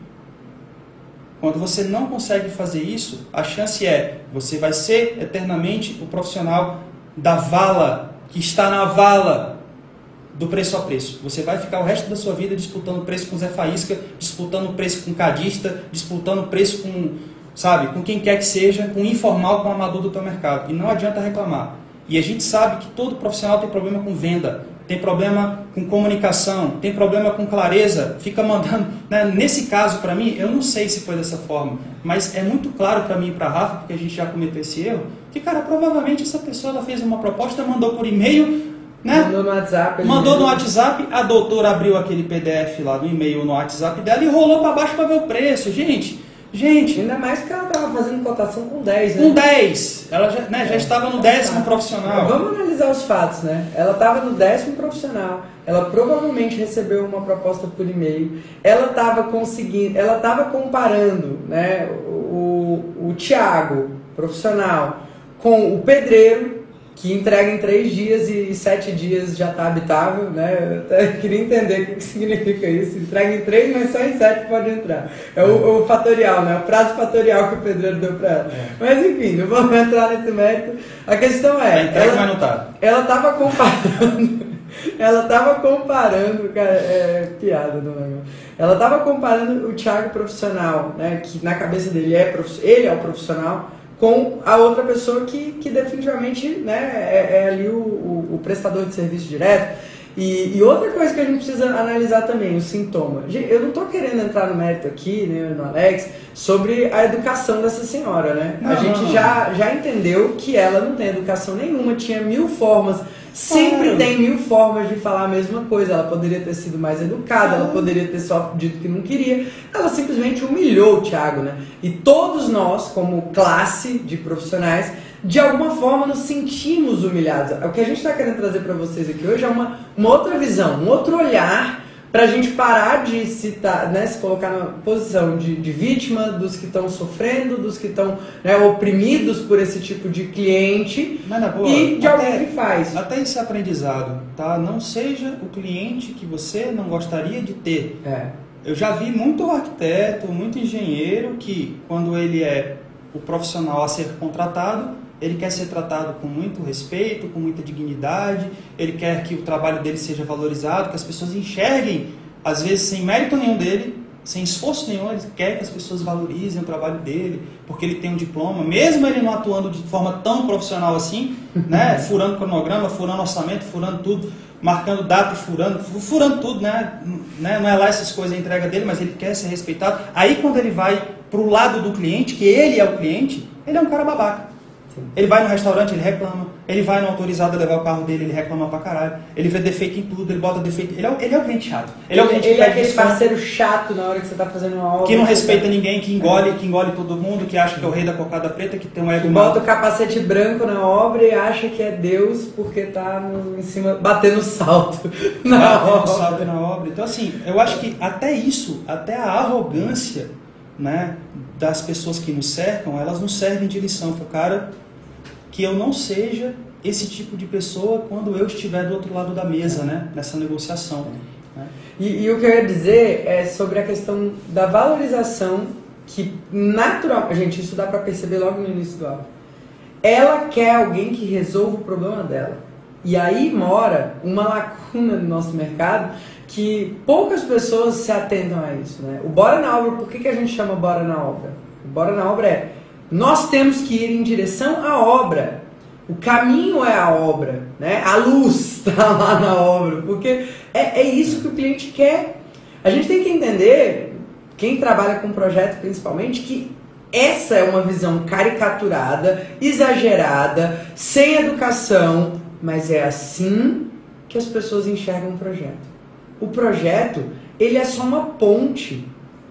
Quando você não consegue fazer isso, a chance é, você vai ser eternamente o profissional da vala, que está na vala do preço a preço. Você vai ficar o resto da sua vida disputando preço com Zé Faísca, disputando preço com cadista, disputando preço com, sabe, com quem quer que seja, com informal, com amador do teu mercado. E não adianta reclamar. E a gente sabe que todo profissional tem problema com venda, tem problema com comunicação, tem problema com clareza, fica mandando, né? Nesse caso, para mim, eu não sei se foi dessa forma, mas é muito claro para mim e para a Rafa, porque a gente já cometeu esse erro, que, cara, provavelmente essa pessoa ela fez uma proposta, mandou por e-mail, né? Mandou no WhatsApp. Mandou no WhatsApp, a doutora abriu aquele P D F lá no e-mail, no WhatsApp dela e rolou para baixo para ver o preço. Gente, gente... Ainda mais que ela estava fazendo cotação com dez, né? Com dez. Ela já, né, já estava no décimo profissional. Vamos analisar os fatos, né? Ela estava no décimo profissional. Ela provavelmente recebeu uma proposta por e-mail. Ela estava conseguindo... Ela estava comparando, né, o, o Thiago, profissional, com o pedreiro, que entrega em três dias e sete dias já está habitável, né? Eu até queria entender o que, que significa isso. Entrega em três, mas só em sete pode entrar. É o, o fatorial, né? O prazo fatorial que o pedreiro deu para ela. É. Mas enfim, não vamos entrar nesse mérito. A questão é... Entrega, ela, mas não tá. Ela estava comparando... ela estava comparando... Cara, é piada do negócio. Ela estava comparando o Thiago profissional, né? Que na cabeça dele é... Prof, ele é o profissional... com a outra pessoa que, que definitivamente, né, é, é ali o, o, o prestador de serviço direto. E, e outra coisa que a gente precisa analisar também, o sintoma. Eu não estou querendo entrar no mérito aqui, né, no Alex, sobre a educação dessa senhora, né? Não, a gente não. Já, já entendeu que ela não tem educação nenhuma, tinha mil formas, sempre ah, tem mil formas de falar a mesma coisa. Ela poderia ter sido mais educada, ah, ela poderia ter só dito que não queria. Ela simplesmente humilhou o Thiago, né? E todos nós, como classe de profissionais, de alguma forma nos sentimos humilhados. O que a gente está querendo trazer para vocês aqui hoje é uma, uma outra visão, um outro olhar para a gente parar de se, tá, né, se colocar na posição de, de vítima, dos que estão sofrendo, dos que estão, né, oprimidos por esse tipo de cliente. Mas na boa, e de até, alguém que faz. Até esse aprendizado, tá? Não seja o cliente que você não gostaria de ter. É. eu já vi muito arquiteto, muito engenheiro que, quando ele é o profissional a ser contratado, ele quer ser tratado com muito respeito, com muita dignidade, ele quer que o trabalho dele seja valorizado, que as pessoas enxerguem, às vezes sem mérito nenhum dele, sem esforço nenhum, ele quer que as pessoas valorizem o trabalho dele, porque ele tem um diploma, mesmo ele não atuando de forma tão profissional assim, né, furando cronograma, furando orçamento, furando tudo, marcando data e furando, furando tudo, né, não é lá essas coisas, a entrega dele, mas ele quer ser respeitado. Aí quando ele vai para o lado do cliente, que ele é o cliente, ele é um cara babaca. Ele vai no restaurante, ele reclama. Ele vai no autorizado a levar o carro dele, ele reclama pra caralho. Ele vê defeito em tudo, ele bota defeito. Ele é, ele é o cliente chato. Ele, ele é o cliente ele que é aquele parceiro chato na hora que você tá fazendo uma obra. Que não respeita tá... ninguém, que engole, que engole todo mundo, que acha que é o rei da cocada preta, que tem um ego mal. Bota o capacete branco na obra e acha que é Deus porque tá no, em cima, batendo salto na batendo obra. salto na obra. Então assim, eu acho que até isso, até a arrogância, né, das pessoas que nos cercam, elas nos servem de lição. Pro cara, que eu não seja esse tipo de pessoa quando eu estiver do outro lado da mesa, né? Nessa negociação. Né? E, e o que eu ia dizer é sobre a questão da valorização que natural, gente, isso dá para perceber logo no início do áudio. Ela quer alguém que resolva o problema dela. E aí mora uma lacuna no nosso mercado que poucas pessoas se atentam a isso, né? O Bora na Obra, por que, que a gente chama Bora na Obra? O Bora na Obra é nós temos que ir em direção à obra. O caminho é a obra, né? A luz está lá na obra, porque é, é isso que o cliente quer. A gente tem que entender, quem trabalha com projeto principalmente, que essa é uma visão caricaturada, exagerada, sem educação, mas é assim que as pessoas enxergam o projeto. O projeto, ele é só uma ponte.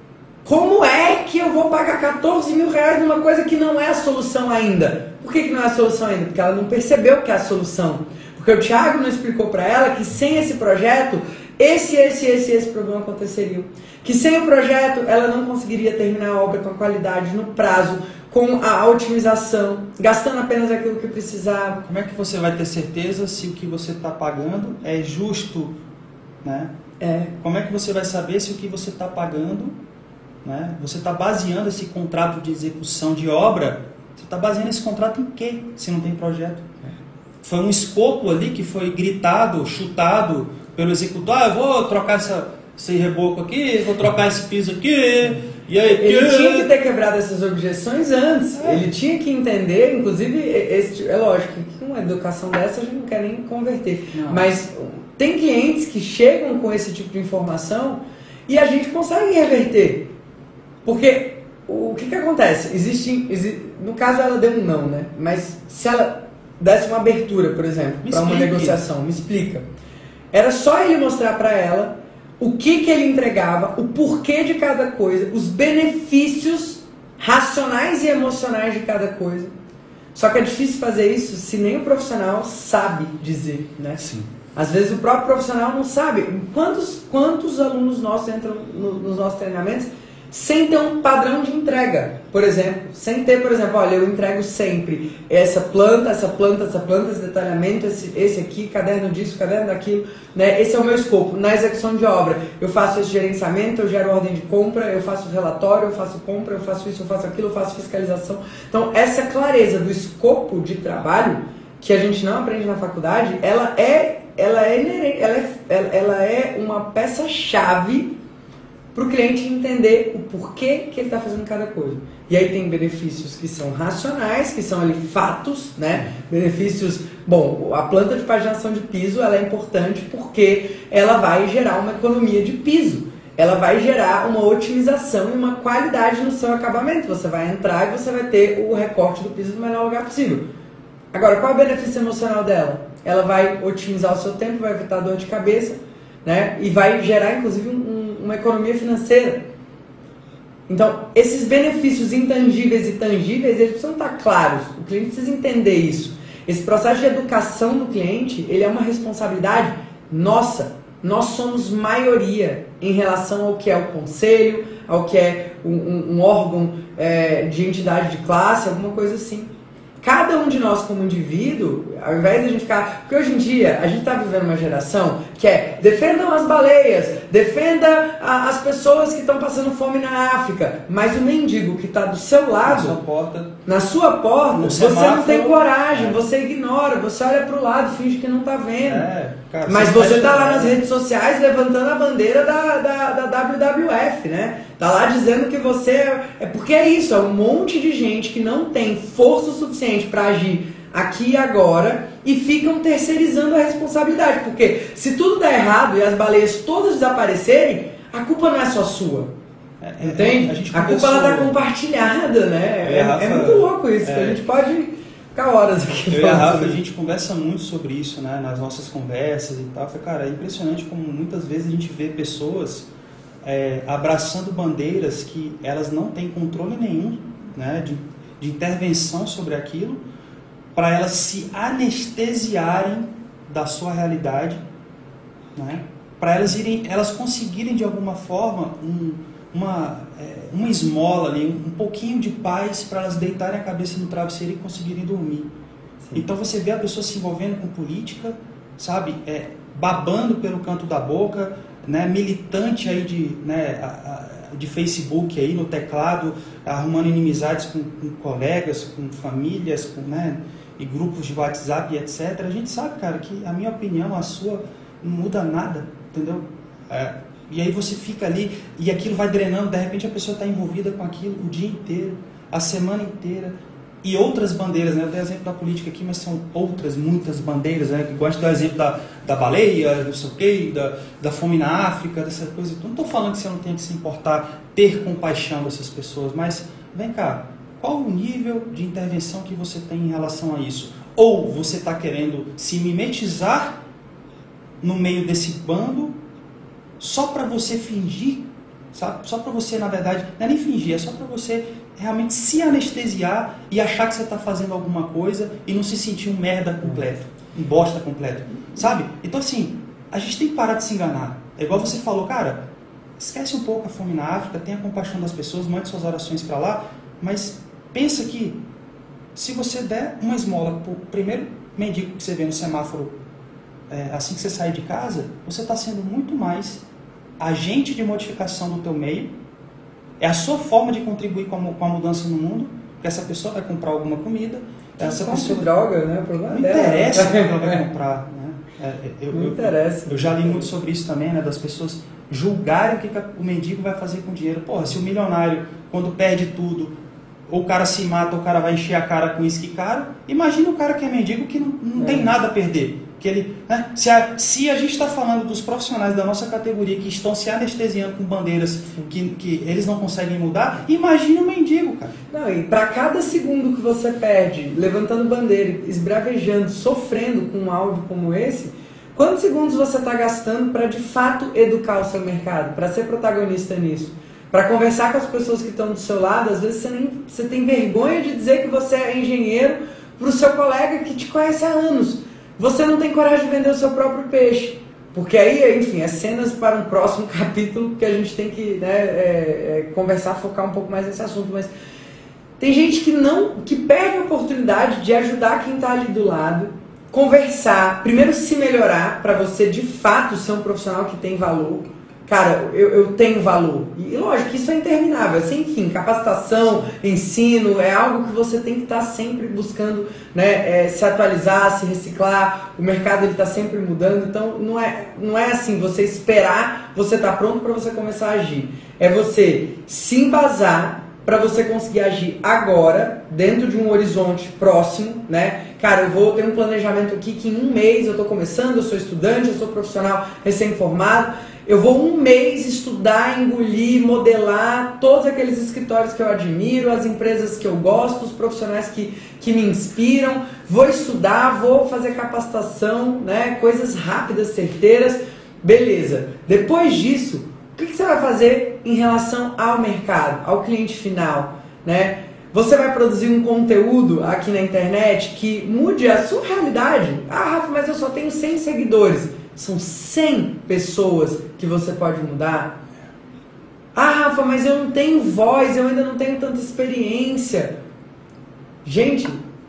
Como é que eu vou pagar quatorze mil reais numa coisa que não é a solução ainda? Por que, que não é a solução ainda? Porque ela não percebeu que é a solução. Porque o Thiago não explicou para ela que sem esse projeto, esse, esse, esse, esse problema aconteceria. Que sem o projeto, ela não conseguiria terminar a obra com a qualidade, no prazo, com a otimização, gastando apenas aquilo que precisava. Como é que você vai ter certeza se o que você está pagando é justo, né? É. Como é que você vai saber se o que você está pagando... Né? Você está baseando esse contrato de execução de obra, você está baseando esse contrato em quê, se não tem projeto? Foi um escopo ali que foi gritado, chutado pelo executor, ah, eu vou trocar essa, esse reboco aqui, vou trocar esse piso aqui, e aí... Ele que... tinha que ter quebrado essas objeções antes, é. Ele tinha que entender, inclusive, esse, é lógico que uma educação dessa a gente não quer nem converter, não. Mas tem clientes que chegam com esse tipo de informação e a gente consegue reverter. Porque o que, que acontece? Existe, existe, no caso ela deu um não, né? Mas se ela desse uma abertura, por exemplo, para uma negociação, me explica. Era só ele mostrar para ela o que, que ele entregava, o porquê de cada coisa, os benefícios racionais e emocionais de cada coisa. Só que é difícil fazer isso se nem o profissional sabe dizer, né? Sim. Às vezes o próprio profissional não sabe. Quantos, quantos alunos nossos entram no, nos nossos treinamentos sem ter um padrão de entrega, por exemplo, sem ter, por exemplo, olha, eu entrego sempre essa planta, essa planta, essa planta, esse detalhamento, esse, esse aqui, caderno disso, caderno daquilo, né? Esse é o meu escopo. Na execução de obra, eu faço esse gerenciamento, eu gero ordem de compra, eu faço relatório, eu faço compra, eu faço isso, eu faço aquilo, eu faço fiscalização. Então, essa clareza do escopo de trabalho, que a gente não aprende na faculdade, ela é, ela é, inerente, ela é, ela, ela é uma peça-chave para o cliente entender o porquê que ele está fazendo cada coisa. E aí tem benefícios que são racionais, que são ali fatos, né? Benefícios, bom, a planta de paginação de piso ela é importante porque ela vai gerar uma economia de piso. Ela vai gerar uma otimização e uma qualidade no seu acabamento. Você vai entrar e você vai ter o recorte do piso no melhor lugar possível. Agora, qual é o benefício emocional dela? Ela vai otimizar o seu tempo, vai evitar dor de cabeça, né? E vai gerar, inclusive, um uma economia financeira. Então, esses benefícios intangíveis e tangíveis, eles precisam estar claros. O cliente precisa entender isso. Esse processo de educação do cliente, ele é uma responsabilidade nossa. Nós somos maioria em relação ao que é o conselho, ao que é um, um, um órgão é, de entidade de classe, alguma coisa assim. Cada um de nós como indivíduo, ao invés de a gente ficar... Porque hoje em dia, a gente está vivendo uma geração que é defendam as baleias, defenda a, as pessoas que estão passando fome na África, mas o mendigo que está do seu lado, na sua porta, na sua porta você semáforo, não tem coragem, você ignora, você olha para o lado, finge que não está vendo. É, cara, mas você você está lá né? nas redes sociais levantando a bandeira da, da, da W W F, né? Tá lá dizendo que você... É, é porque é isso, é um monte de gente que não tem força suficiente para agir aqui e agora e ficam terceirizando a responsabilidade. Porque se tudo der errado e as baleias todas desaparecerem, a culpa não é só sua. É, entende? A, gente a culpa ela tá compartilhada, né? É, Rafa, é muito louco isso, é, que a gente pode ficar horas aqui. Eu e a Rafa, a gente conversa muito sobre isso, né? Nas nossas conversas e tal. Falei, cara, é impressionante como muitas vezes a gente vê pessoas... É, abraçando bandeiras que elas não têm controle nenhum, né, de, de intervenção sobre aquilo, para elas se anestesiarem da sua realidade, né, para elas irem, elas conseguirem de alguma forma um, uma, é, uma esmola ali, um, um pouquinho de paz para elas deitarem a cabeça no travesseiro e conseguirem dormir. Sim. Então você vê a pessoa se envolvendo com política, sabe, é, babando pelo canto da boca, né, militante aí de, né, a, a, de Facebook aí no teclado, arrumando inimizades com, com colegas, com famílias, com, né, e grupos de WhatsApp e etcétera. A gente sabe, cara, que a minha opinião, a sua, não muda nada, entendeu? É, e aí você fica ali e aquilo vai drenando, de repente a pessoa está envolvida com aquilo o dia inteiro, a semana inteira. E outras bandeiras, né? Eu dei exemplo da política aqui, mas são outras, muitas bandeiras, né? Eu gosto de dar exemplo da, da baleia, não sei o quê, da, da fome na África, dessa coisa. Eu não estou falando que você não tem que se importar, ter compaixão dessas pessoas, mas vem cá, qual o nível de intervenção que você tem em relação a isso? Ou você está querendo se mimetizar no meio desse bando só para você fingir, sabe? Só para você, na verdade, não é nem fingir, é só para você realmente se anestesiar e achar que você está fazendo alguma coisa e não se sentir um merda completo, um bosta completo, sabe? Então assim, a gente tem que parar de se enganar. É igual você falou, cara, esquece um pouco a fome na África, tenha compaixão das pessoas, mande suas orações para lá, mas pensa que se você der uma esmola pro primeiro mendigo que você vê no semáforo, é, assim que você sair de casa, você está sendo muito mais agente de modificação do teu meio. É a sua forma de contribuir com a, com a mudança no mundo, porque essa pessoa vai comprar alguma comida, essa pessoa... droga, né? O não interessa o que ela vai comprar, né? É, eu, não eu, interessa. Eu, eu já li muito sobre isso também, né? Das pessoas julgarem o que, que o mendigo vai fazer com o dinheiro. Porra, se o milionário, quando perde tudo, ou o cara se mata, ou o cara vai encher a cara com uísque caro, imagina o cara que é mendigo que não, não é. tem nada a perder. Que ele, né? se, a, se a gente está falando dos profissionais da nossa categoria que estão se anestesiando com bandeiras que, que eles não conseguem mudar, imagina o mendigo, cara. Não, e para cada segundo que você perde levantando bandeira, esbravejando, sofrendo com um áudio como esse, quantos segundos você está gastando para de fato educar o seu mercado, para ser protagonista nisso? Para conversar com as pessoas que estão do seu lado, às vezes você, nem, você tem vergonha de dizer que você é engenheiro para o seu colega que te conhece há anos. Você não tem coragem de vender o seu próprio peixe. Porque aí, enfim, é cenas para um próximo capítulo que a gente tem que né, é, é, conversar, focar um pouco mais nesse assunto. Mas tem gente que não, que perde a oportunidade de ajudar quem está ali do lado, conversar, primeiro se melhorar para você de fato ser um profissional que tem valor. Cara, eu, eu tenho valor. E lógico que isso é interminável. Assim, enfim, capacitação, ensino, é algo que você tem que estar sempre buscando né, é, se atualizar, se reciclar. O mercado está sempre mudando. Então, não é, não é assim, você esperar, você tá pronto para você começar a agir. É você se embasar para você conseguir agir agora, dentro de um horizonte próximo, né? Cara, eu vou ter um planejamento aqui que em um mês eu estou começando, eu sou estudante, eu sou profissional recém-formado. Eu vou um mês estudar, engolir, modelar todos aqueles escritórios que eu admiro, as empresas que eu gosto, os profissionais que, que me inspiram. Vou estudar, vou fazer capacitação, né? Coisas rápidas, certeiras. Beleza. Depois disso, o que, que você vai fazer em relação ao mercado, ao cliente final, né? Você vai produzir um conteúdo aqui na internet que mude a sua realidade. Ah, Rafa, mas eu só tenho cem seguidores. São cem pessoas que você pode mudar. Ah, Rafa, mas eu não tenho voz, eu ainda não tenho tanta experiência. Gente,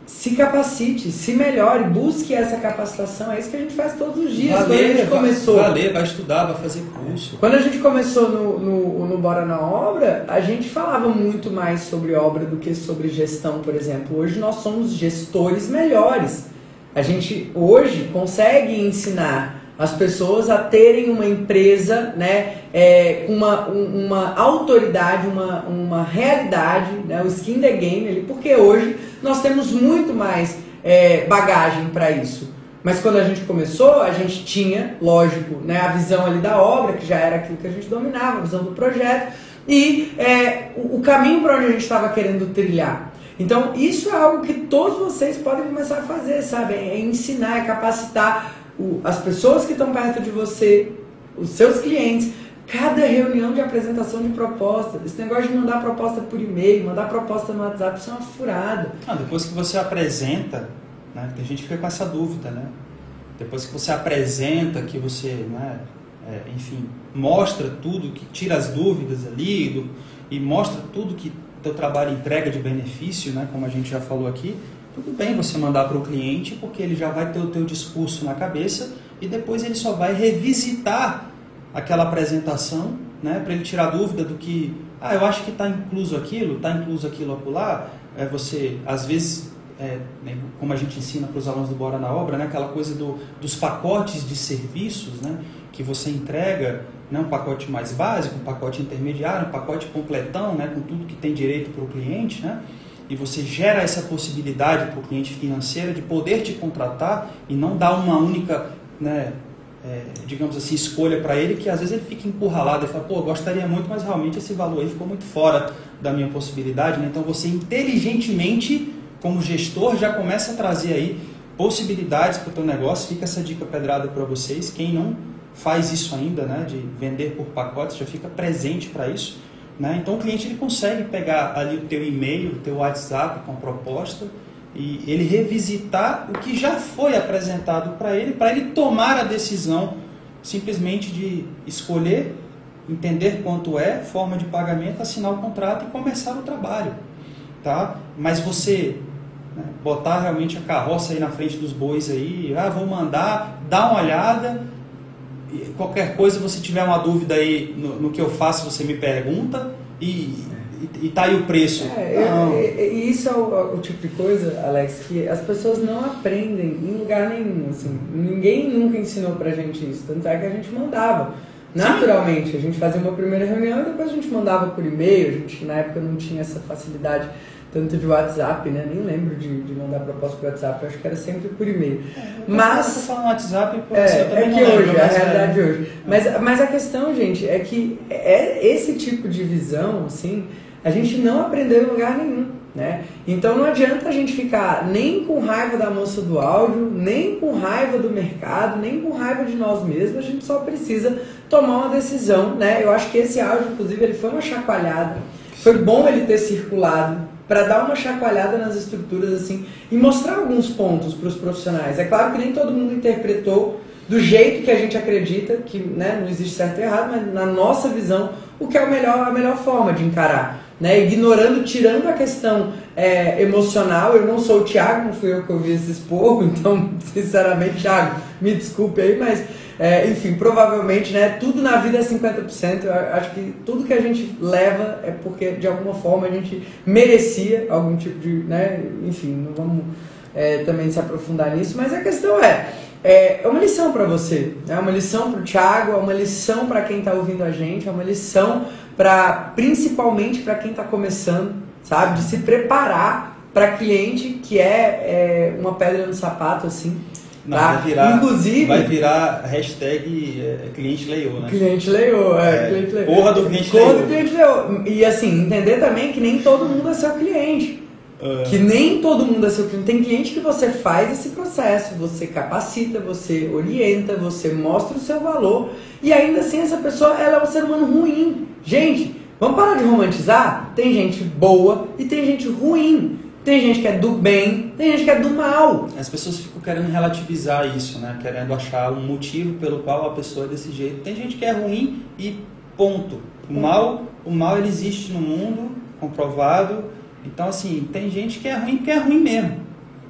se capacite, se melhore, busque essa capacitação. É isso que a gente faz todos os dias. Vai Quando ler, a gente começou, vai ler, vai estudar, vai fazer curso. Quando a gente começou no, no, no Bora na Obra, a gente falava muito mais sobre obra do que sobre gestão, por exemplo. Hoje nós somos gestores melhores. A gente hoje consegue ensinar as pessoas a terem uma empresa, né, é, com uma, um, uma autoridade, uma, uma realidade, né, o skin the game ali, porque hoje nós temos muito mais é, bagagem para isso. Mas quando a gente começou, a gente tinha, lógico, né, a visão ali da obra, que já era aquilo que a gente dominava, a visão do projeto, e é, o, o caminho para onde a gente estava querendo trilhar. Então, isso é algo que todos vocês podem começar a fazer, sabe? É ensinar, é capacitar o, as pessoas que estão perto de você, os seus clientes. Cada reunião de apresentação de proposta, esse negócio de mandar proposta por e-mail, mandar proposta no WhatsApp, isso é uma furada. Ah, depois que você apresenta, né, tem gente que fica com essa dúvida, né? Depois que você apresenta, que você, né, é, enfim, mostra tudo, que tira as dúvidas ali do, e mostra tudo que teu trabalho entrega de benefício, né, como a gente já falou aqui, tudo bem você mandar para o cliente, porque ele já vai ter o teu discurso na cabeça e depois ele só vai revisitar aquela apresentação, né, para ele tirar dúvida do que, ah, eu acho que está incluso aquilo, está incluso aquilo acolá. É, você, às vezes, é, né, como a gente ensina para os alunos do Bora na Obra, né, aquela coisa do, dos pacotes de serviços, né, que você entrega, né, um pacote mais básico, um pacote intermediário, um pacote completão, né, com tudo que tem direito para o cliente, né, e você gera essa possibilidade para o cliente financeiro de poder te contratar e não dar uma única, né, É, digamos assim, escolha para ele, que às vezes ele fica encurralado e fala, pô, gostaria muito, mas realmente esse valor aí ficou muito fora da minha possibilidade, né? Então você inteligentemente, como gestor, já começa a trazer aí possibilidades para o teu negócio. Fica essa dica pedrada para vocês. Quem não faz isso ainda, né, de vender por pacotes, já fica presente para isso, né? Então o cliente ele consegue pegar ali o teu e-mail, o teu WhatsApp com a proposta e ele revisitar o que já foi apresentado para ele, para ele tomar a decisão simplesmente de escolher, entender quanto é, forma de pagamento, assinar o contrato e começar o trabalho, tá? Mas você, né, botar realmente a carroça aí na frente dos bois aí, ah, vou mandar, dá uma olhada, qualquer coisa, você tiver uma dúvida aí no, no que eu faço, você me pergunta e... E, e tá aí o preço. É, não. E, e isso é o, o tipo de coisa, Alex, que as pessoas não aprendem em lugar nenhum. Assim. Ninguém nunca ensinou pra gente isso. Tanto é que a gente mandava. Naturalmente, a gente fazia uma primeira reunião e depois a gente mandava por e-mail. A gente na época não tinha essa facilidade tanto de WhatsApp, né? Nem lembro de, de mandar proposta por WhatsApp. Eu acho que era sempre por e-mail. É, mas eu tô falando WhatsApp porque é, você também é que não lembra, hoje, a mas realidade é... hoje. Mas, mas a questão, gente, é que é esse tipo de visão, assim, a gente não aprendeu em lugar nenhum, né? Então não adianta a gente ficar nem com raiva da moça do áudio, nem com raiva do mercado, nem com raiva de nós mesmos. A gente só precisa tomar uma decisão, né? Eu acho que esse áudio, inclusive, ele foi uma chacoalhada. Foi bom ele ter circulado para dar uma chacoalhada nas estruturas, assim, e mostrar alguns pontos para os profissionais. É claro que nem todo mundo interpretou do jeito que a gente acredita, que, né, não existe certo e errado, mas na nossa visão, o que é o melhor, a melhor forma de encarar. Né, ignorando, tirando a questão é, emocional. Eu não sou o Thiago, não fui eu que ouvi esse esporro, então, sinceramente, Thiago, me desculpe aí, mas, é, enfim, provavelmente, né, tudo na vida é cinquenta por cento. Eu acho que tudo que a gente leva é porque, de alguma forma, a gente merecia algum tipo de, né, enfim, não vamos é, também se aprofundar nisso, mas a questão é, é uma lição para você, é uma lição para o Thiago, é uma lição para quem está ouvindo a gente, é uma lição Pra, principalmente para quem está começando, sabe? De se preparar para cliente que é, é uma pedra no sapato, assim. Não, tá? vai virar, Inclusive, vai virar hashtag é, cliente leou, né? Cliente leou, é. é cliente leou. Porra do cliente Porra leou. do cliente leou. E assim, entender também que nem todo mundo é seu cliente. Uh. Que nem todo mundo é seu cliente. Tem cliente que você faz esse processo, você capacita, você orienta, você mostra o seu valor. E ainda assim essa pessoa ela é um ser humano ruim. Gente, vamos parar de romantizar? Tem gente boa e tem gente ruim. Tem gente que é do bem, tem gente que é do mal. As pessoas ficam querendo relativizar isso, né? Querendo achar um motivo pelo qual a pessoa é desse jeito. Tem gente que é ruim e ponto. O mal, o mal ele existe no mundo, comprovado. Então, assim, tem gente que é ruim porque é ruim mesmo.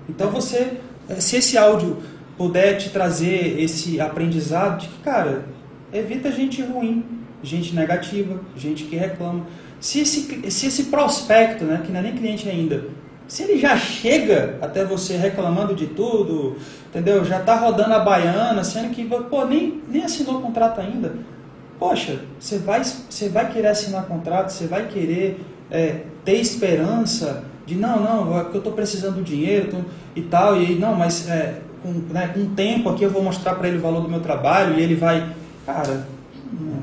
Então você, se esse áudio puder te trazer esse aprendizado de que, cara, evita gente ruim, gente negativa, gente que reclama. Se esse, se esse prospecto, né, que não é nem cliente ainda, se ele já chega até você reclamando de tudo, entendeu? Já está rodando a baiana, sendo que, pô, nem, nem assinou o contrato ainda. Poxa, você vai, você vai querer assinar contrato, você vai querer é, ter esperança de, não, não, é porque eu estou precisando do dinheiro tô, e tal, e não, mas é, com, né, com tempo aqui eu vou mostrar para ele o valor do meu trabalho e ele vai... Cara, não,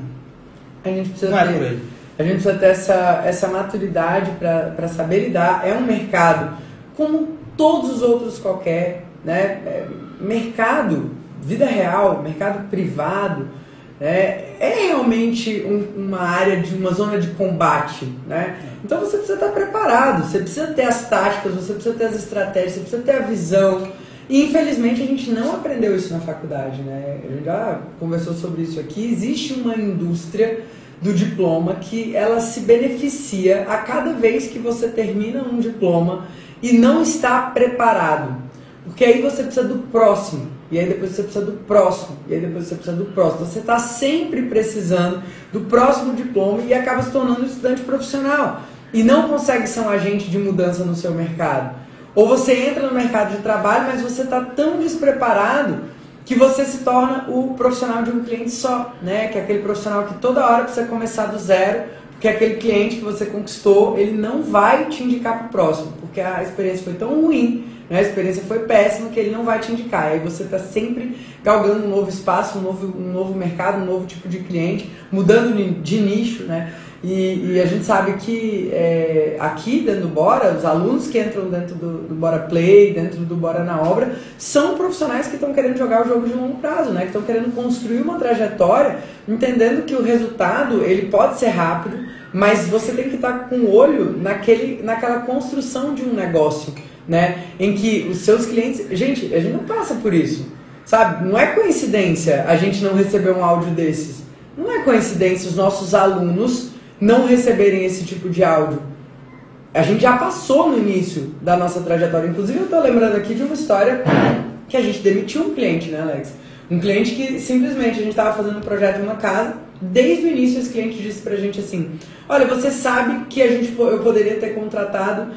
a gente precisa não é ter, por aí. A gente precisa ter essa, essa maturidade para saber lidar. É um mercado como todos os outros qualquer, né? É, mercado, vida real, mercado privado, né? É realmente um, uma área de uma zona de combate, né? Então você precisa estar preparado, você precisa ter as táticas, você precisa ter as estratégias, você precisa ter a visão. E infelizmente a gente não aprendeu isso na faculdade, né? A gente já conversou sobre isso aqui. Existe uma indústria do diploma que ela se beneficia a cada vez que você termina um diploma e não está preparado. Porque aí você precisa do próximo, e aí depois você precisa do próximo, e aí depois você precisa do próximo. Você está sempre precisando do próximo diploma e acaba se tornando um estudante profissional. E não consegue ser um agente de mudança no seu mercado. Ou você entra no mercado de trabalho, mas você está tão despreparado que você se torna o profissional de um cliente só, né? Que é aquele profissional que toda hora precisa começar do zero, porque aquele cliente que você conquistou, ele não vai te indicar para o próximo, porque a experiência foi tão ruim, né? A experiência foi péssima, que ele não vai te indicar. Aí você está sempre galgando um novo espaço, um novo, um novo mercado, um novo tipo de cliente, mudando de nicho, né? E, e a gente sabe que é, aqui dentro do Bora, os alunos que entram dentro do, do Bora Play, dentro do Bora na Obra, são profissionais que estão querendo jogar o jogo de longo prazo, né? Que estão querendo construir uma trajetória, entendendo que o resultado ele pode ser rápido, mas você tem que estar com o olho naquele, naquela construção de um negócio, né? Em que os seus clientes... Gente, a gente não passa por isso, sabe? Não é coincidência a gente não receber um áudio desses. Não é coincidência os nossos alunos não receberem esse tipo de áudio. A gente já passou no início da nossa trajetória. Inclusive eu estou lembrando aqui de uma história que a gente demitiu um cliente, né, Alex? Um cliente que simplesmente a gente estava fazendo um projeto em uma casa. Desde o início esse cliente disse pra gente assim: olha, você sabe que a gente, eu poderia ter contratado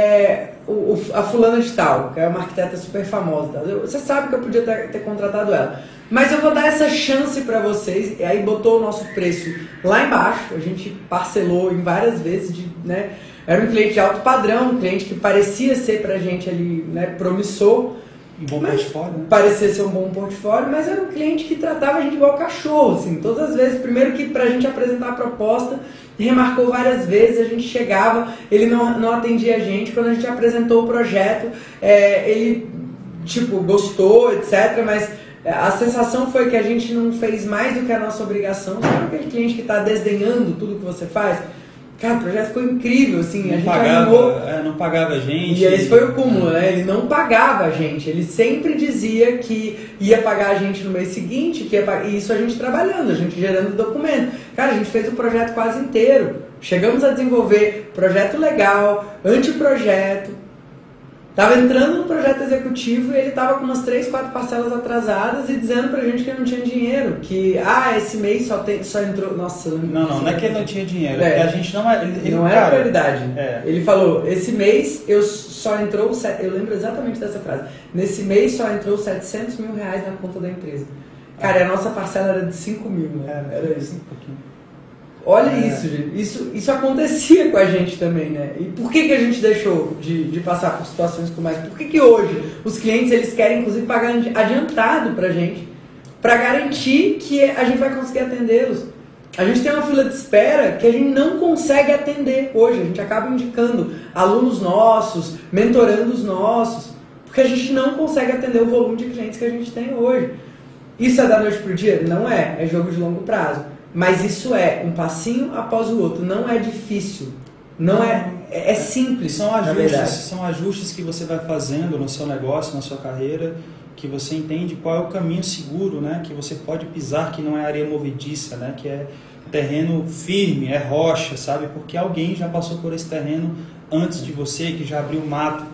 é, o, a fulana de tal, que é uma arquiteta super famosa, tá? Você sabe que eu podia ter, ter contratado ela, mas eu vou dar essa chance para vocês. E aí botou o nosso preço lá embaixo, a gente parcelou em várias vezes, de, né? Era um cliente de alto padrão, um cliente que parecia ser pra gente ali, né, promissor. Um bom portfólio, né? Parecia ser um bom portfólio, mas era um cliente que tratava a gente igual cachorro, assim, todas as vezes. Primeiro que pra gente apresentar a proposta, remarcou várias vezes, a gente chegava, ele não, não atendia a gente. Quando a gente apresentou o projeto, é, ele, tipo, gostou, etcétera, mas a sensação foi que a gente não fez mais do que a nossa obrigação. Sabe aquele cliente que está desdenhando tudo que você faz? Cara, o projeto ficou incrível, assim, não a gente pagava, animou. É, não pagava a gente. E esse foi o cúmulo, né? Ele não pagava a gente, ele sempre dizia que ia pagar a gente no mês seguinte, que ia pagar, e isso a gente trabalhando, a gente gerando documento. Cara, a gente fez o projeto quase inteiro, chegamos a desenvolver projeto legal, anteprojeto. Tava entrando no projeto executivo e ele tava com umas três, quatro parcelas atrasadas e dizendo pra gente que não tinha dinheiro, que, ah, esse mês só, tem, só entrou... Nossa, eu não, não, não é que ele não tinha dinheiro, é, é que a gente não é... Ele, não ele, era cara, prioridade. É. Ele falou, esse mês eu só entrou, eu lembro exatamente dessa frase, nesse mês só entrou setecentos mil reais na conta da empresa. Cara, ah. a nossa parcela era de cinco mil, né? Era, era isso. Um pouquinho. Olha é. isso, gente. Isso, isso acontecia com a gente também, né? E por que, que a gente deixou de, de passar por situações como essa? Por que, que hoje os clientes eles querem, inclusive, pagar adiantado pra gente, pra garantir que a gente vai conseguir atendê-los? A gente tem uma fila de espera que a gente não consegue atender hoje. A gente acaba indicando alunos nossos, mentorando os nossos, porque a gente não consegue atender o volume de clientes que a gente tem hoje. Isso é da noite pro dia? Não é. É jogo de longo prazo. Mas isso é um passinho após o outro, não é difícil, não é, é, é simples. São ajustes, são ajustes que você vai fazendo no seu negócio, na sua carreira, que você entende qual é o caminho seguro, né? Que você pode pisar, que não é areia movediça, né? Que é terreno firme, é rocha, sabe? Porque alguém já passou por esse terreno antes de você, que já abriu mato,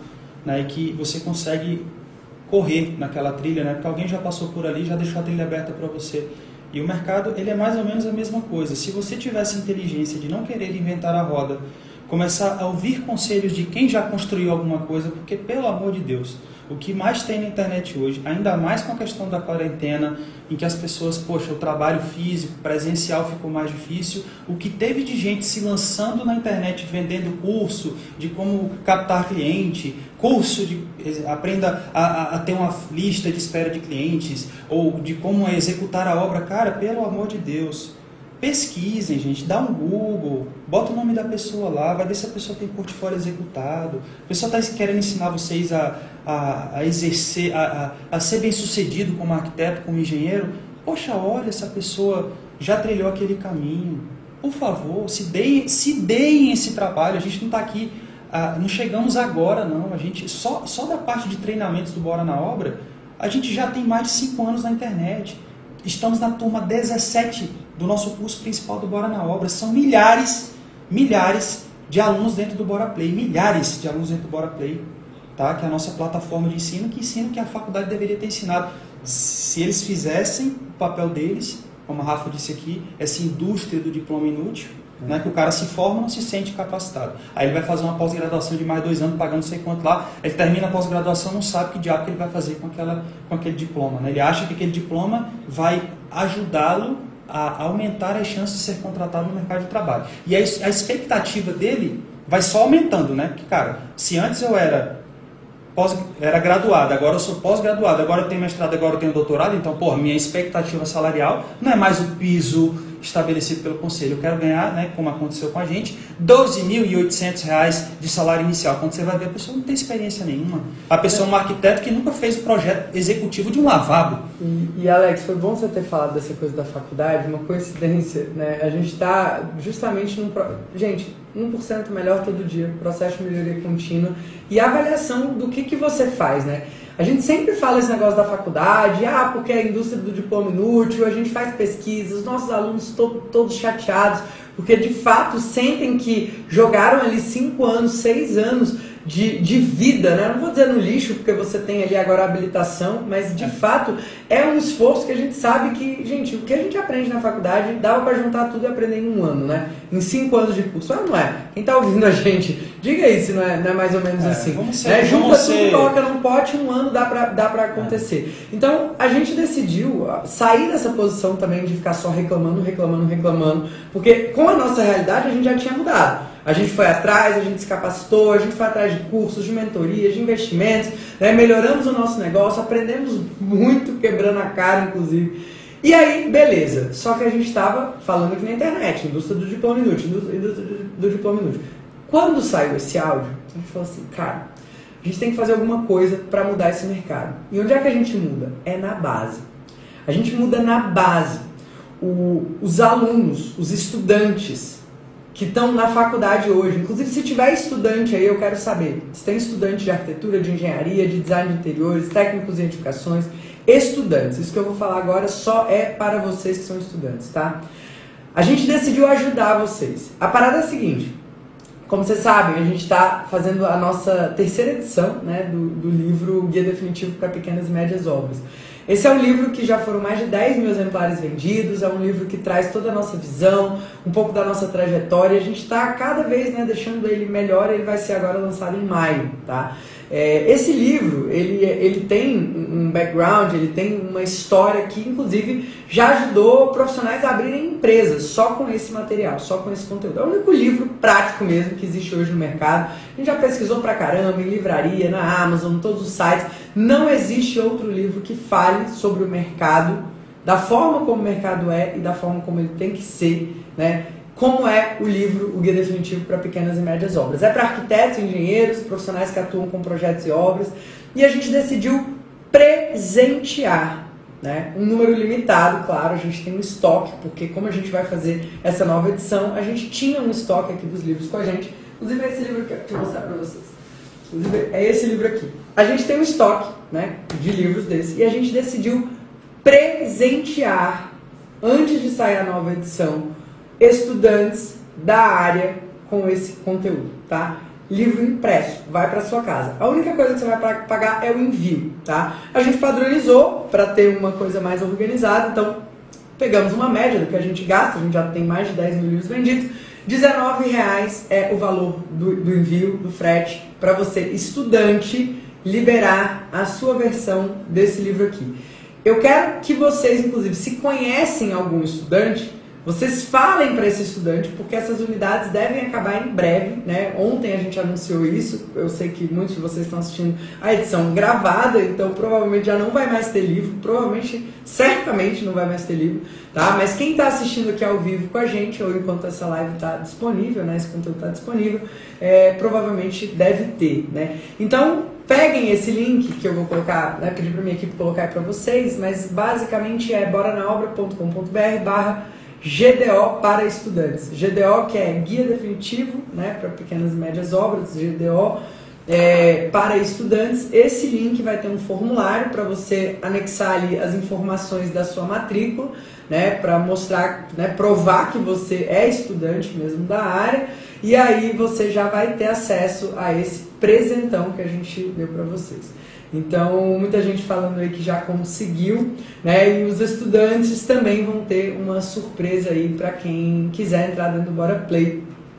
né, e que você consegue correr naquela trilha, né, porque alguém já passou por ali, já deixou a trilha aberta para você. E o mercado, ele é mais ou menos a mesma coisa. Se você tivesse inteligência de não querer inventar a roda, começar a ouvir conselhos de quem já construiu alguma coisa, porque, pelo amor de Deus, o que mais tem na internet hoje, ainda mais com a questão da quarentena, em que as pessoas, poxa, o trabalho físico, presencial ficou mais difícil, o que teve de gente se lançando na internet, vendendo curso de como captar cliente, curso de aprenda a, a, a ter uma lista de espera de clientes, ou de como executar a obra, cara, pelo amor de Deus, pesquisem, gente, dá um Google, bota o nome da pessoa lá, vai ver se a pessoa tem portfólio executado, a pessoa está querendo ensinar vocês a, a, a exercer, a, a, a ser bem sucedido como arquiteto, como engenheiro. Poxa, olha, essa pessoa já trilhou aquele caminho. Por favor, se deem, se deem esse trabalho. A gente não está aqui, ah, não chegamos agora, não. A gente, só, só da parte de treinamentos do Bora na Obra, a gente já tem mais de cinco anos na internet. Estamos na turma dezessete do nosso curso principal do Bora na Obra. São milhares, milhares de alunos dentro do Bora Play. Milhares de alunos dentro do Bora Play, tá? Que é a nossa plataforma de ensino, que ensina o que a faculdade deveria ter ensinado. Se eles fizessem o papel deles, como a Rafa disse aqui, essa indústria do diploma inútil, né, que o cara se forma e não se sente capacitado. Aí ele vai fazer uma pós-graduação de mais dois anos, pagando não sei quanto lá, ele termina a pós-graduação, não sabe que diabo que ele vai fazer com, aquela, com aquele diploma. Né? Ele acha que aquele diploma vai ajudá-lo a aumentar as chances de ser contratado no mercado de trabalho. E a, a expectativa dele vai só aumentando, né? Porque, cara, se antes eu era, pós, era graduado, agora eu sou pós-graduado, agora eu tenho mestrado, agora eu tenho doutorado, então, porra, minha expectativa salarial não é mais o piso estabelecido pelo conselho. Eu quero ganhar, né, como aconteceu com a gente, doze mil e oitocentos reais de salário inicial. Quando você vai ver, a pessoa não tem experiência nenhuma. A pessoa é um arquiteto que nunca fez o projeto executivo de um lavabo. E, e Alex, foi bom você ter falado dessa coisa da faculdade, uma coincidência, né? A gente está justamente num... Gente, um por cento melhor todo dia, processo de melhoria contínua e avaliação do que, que você faz, né? A gente sempre fala esse negócio da faculdade, ah, porque é a indústria do diploma inútil, a gente faz pesquisa, os nossos alunos to- todos chateados, porque de fato sentem que jogaram ali cinco anos, seis anos de, de vida, né? Não vou dizer no lixo, porque você tem ali agora a habilitação, mas de é. fato é um esforço que a gente sabe que, gente, o que a gente aprende na faculdade dava para juntar tudo e aprender em um ano, né? Em cinco anos de curso, ah, não é? Quem tá ouvindo a gente, diga aí se não é, não é mais ou menos é, assim. Vamos ser, né? Junta vamos tudo, ser... coloca num pote, um ano dá pra, dá pra acontecer. É. Então, a gente decidiu sair dessa posição também de ficar só reclamando, reclamando, reclamando, porque com a nossa realidade a gente já tinha mudado. A gente foi atrás, a gente se capacitou, a gente foi atrás de cursos, de mentorias, de investimentos, né? Melhoramos o nosso negócio, aprendemos muito, quebrando a cara, inclusive. E aí, beleza. Só que a gente estava falando aqui na internet, indústria do diploma inútil, indústria do, do diploma inútil. Quando saiu esse áudio, a gente falou assim, cara, a gente tem que fazer alguma coisa para mudar esse mercado. E onde é que a gente muda? É na base. A gente muda na base. O, os alunos, os estudantes que estão na faculdade hoje, inclusive se tiver estudante aí, eu quero saber, se tem estudante de arquitetura, de engenharia, de design de interiores, técnicos em edificações, estudantes, isso que eu vou falar agora só é para vocês que são estudantes, tá? A gente decidiu ajudar vocês. A parada é a seguinte, como vocês sabem, a gente está fazendo a nossa terceira edição, né, do, do livro Guia Definitivo para Pequenas e Médias Obras. Esse é um livro que já foram mais de dez mil exemplares vendidos, é um livro que traz toda a nossa visão, um pouco da nossa trajetória, a gente está cada vez, né, deixando ele melhor, ele vai ser agora lançado em maio, tá? É, esse livro, ele, ele tem um background, ele tem uma história que, inclusive, já ajudou profissionais a abrirem empresas só com esse material, só com esse conteúdo. É o único livro prático mesmo que existe hoje no mercado. A gente já pesquisou pra caramba, em livraria, na Amazon, em todos os sites. Não existe outro livro que fale sobre o mercado, da forma como o mercado é e da forma como ele tem que ser, né? Como é o livro O Guia Definitivo para Pequenas e Médias Obras. É para arquitetos, engenheiros, profissionais que atuam com projetos e obras. E a gente decidiu presentear, né? Um número limitado, claro, a gente tem um estoque, porque como a gente vai fazer essa nova edição, a gente tinha um estoque aqui dos livros com a gente. Inclusive é esse livro aqui, deixa eu mostrar para vocês. Inclusive é esse livro aqui. A gente tem um estoque, né, de livros desse, e a gente decidiu presentear, antes de sair a nova edição, estudantes da área com esse conteúdo, tá? livro impresso, vai para sua casa. A única coisa que você vai pagar é o envio, tá? A gente padronizou para ter uma coisa mais organizada, então pegamos uma média do que a gente gasta, a gente já tem mais de dez mil livros vendidos, dezenove reais é o valor do, do envio, do frete, para você, estudante, liberar a sua versão desse livro aqui. Eu quero que vocês, inclusive, se conhecem algum estudante, vocês falem para esse estudante, porque essas unidades devem acabar em breve, né? Ontem a gente anunciou isso, eu sei que muitos de vocês estão assistindo a edição gravada, então provavelmente já não vai mais ter livro, provavelmente, certamente não vai mais ter livro, tá? Mas quem está assistindo aqui ao vivo com a gente, ou enquanto essa live está disponível, né? Esse conteúdo está disponível, é, provavelmente deve ter, né? Então, peguem esse link que eu vou colocar, né? Pedir para minha equipe colocar para vocês, mas basicamente é boranaobra ponto com ponto br barra G D O para estudantes. G D O que é Guia Definitivo, né, para pequenas e médias obras, G D O é, para estudantes. Esse link vai ter um formulário para você anexar ali as informações da sua matrícula, né, para mostrar, né, provar que você é estudante mesmo da área, e aí você já vai ter acesso a esse presentão que a gente deu para vocês. Então, muita gente falando aí que já conseguiu, né? E os estudantes também vão ter uma surpresa aí para quem quiser entrar dentro do Bora Play,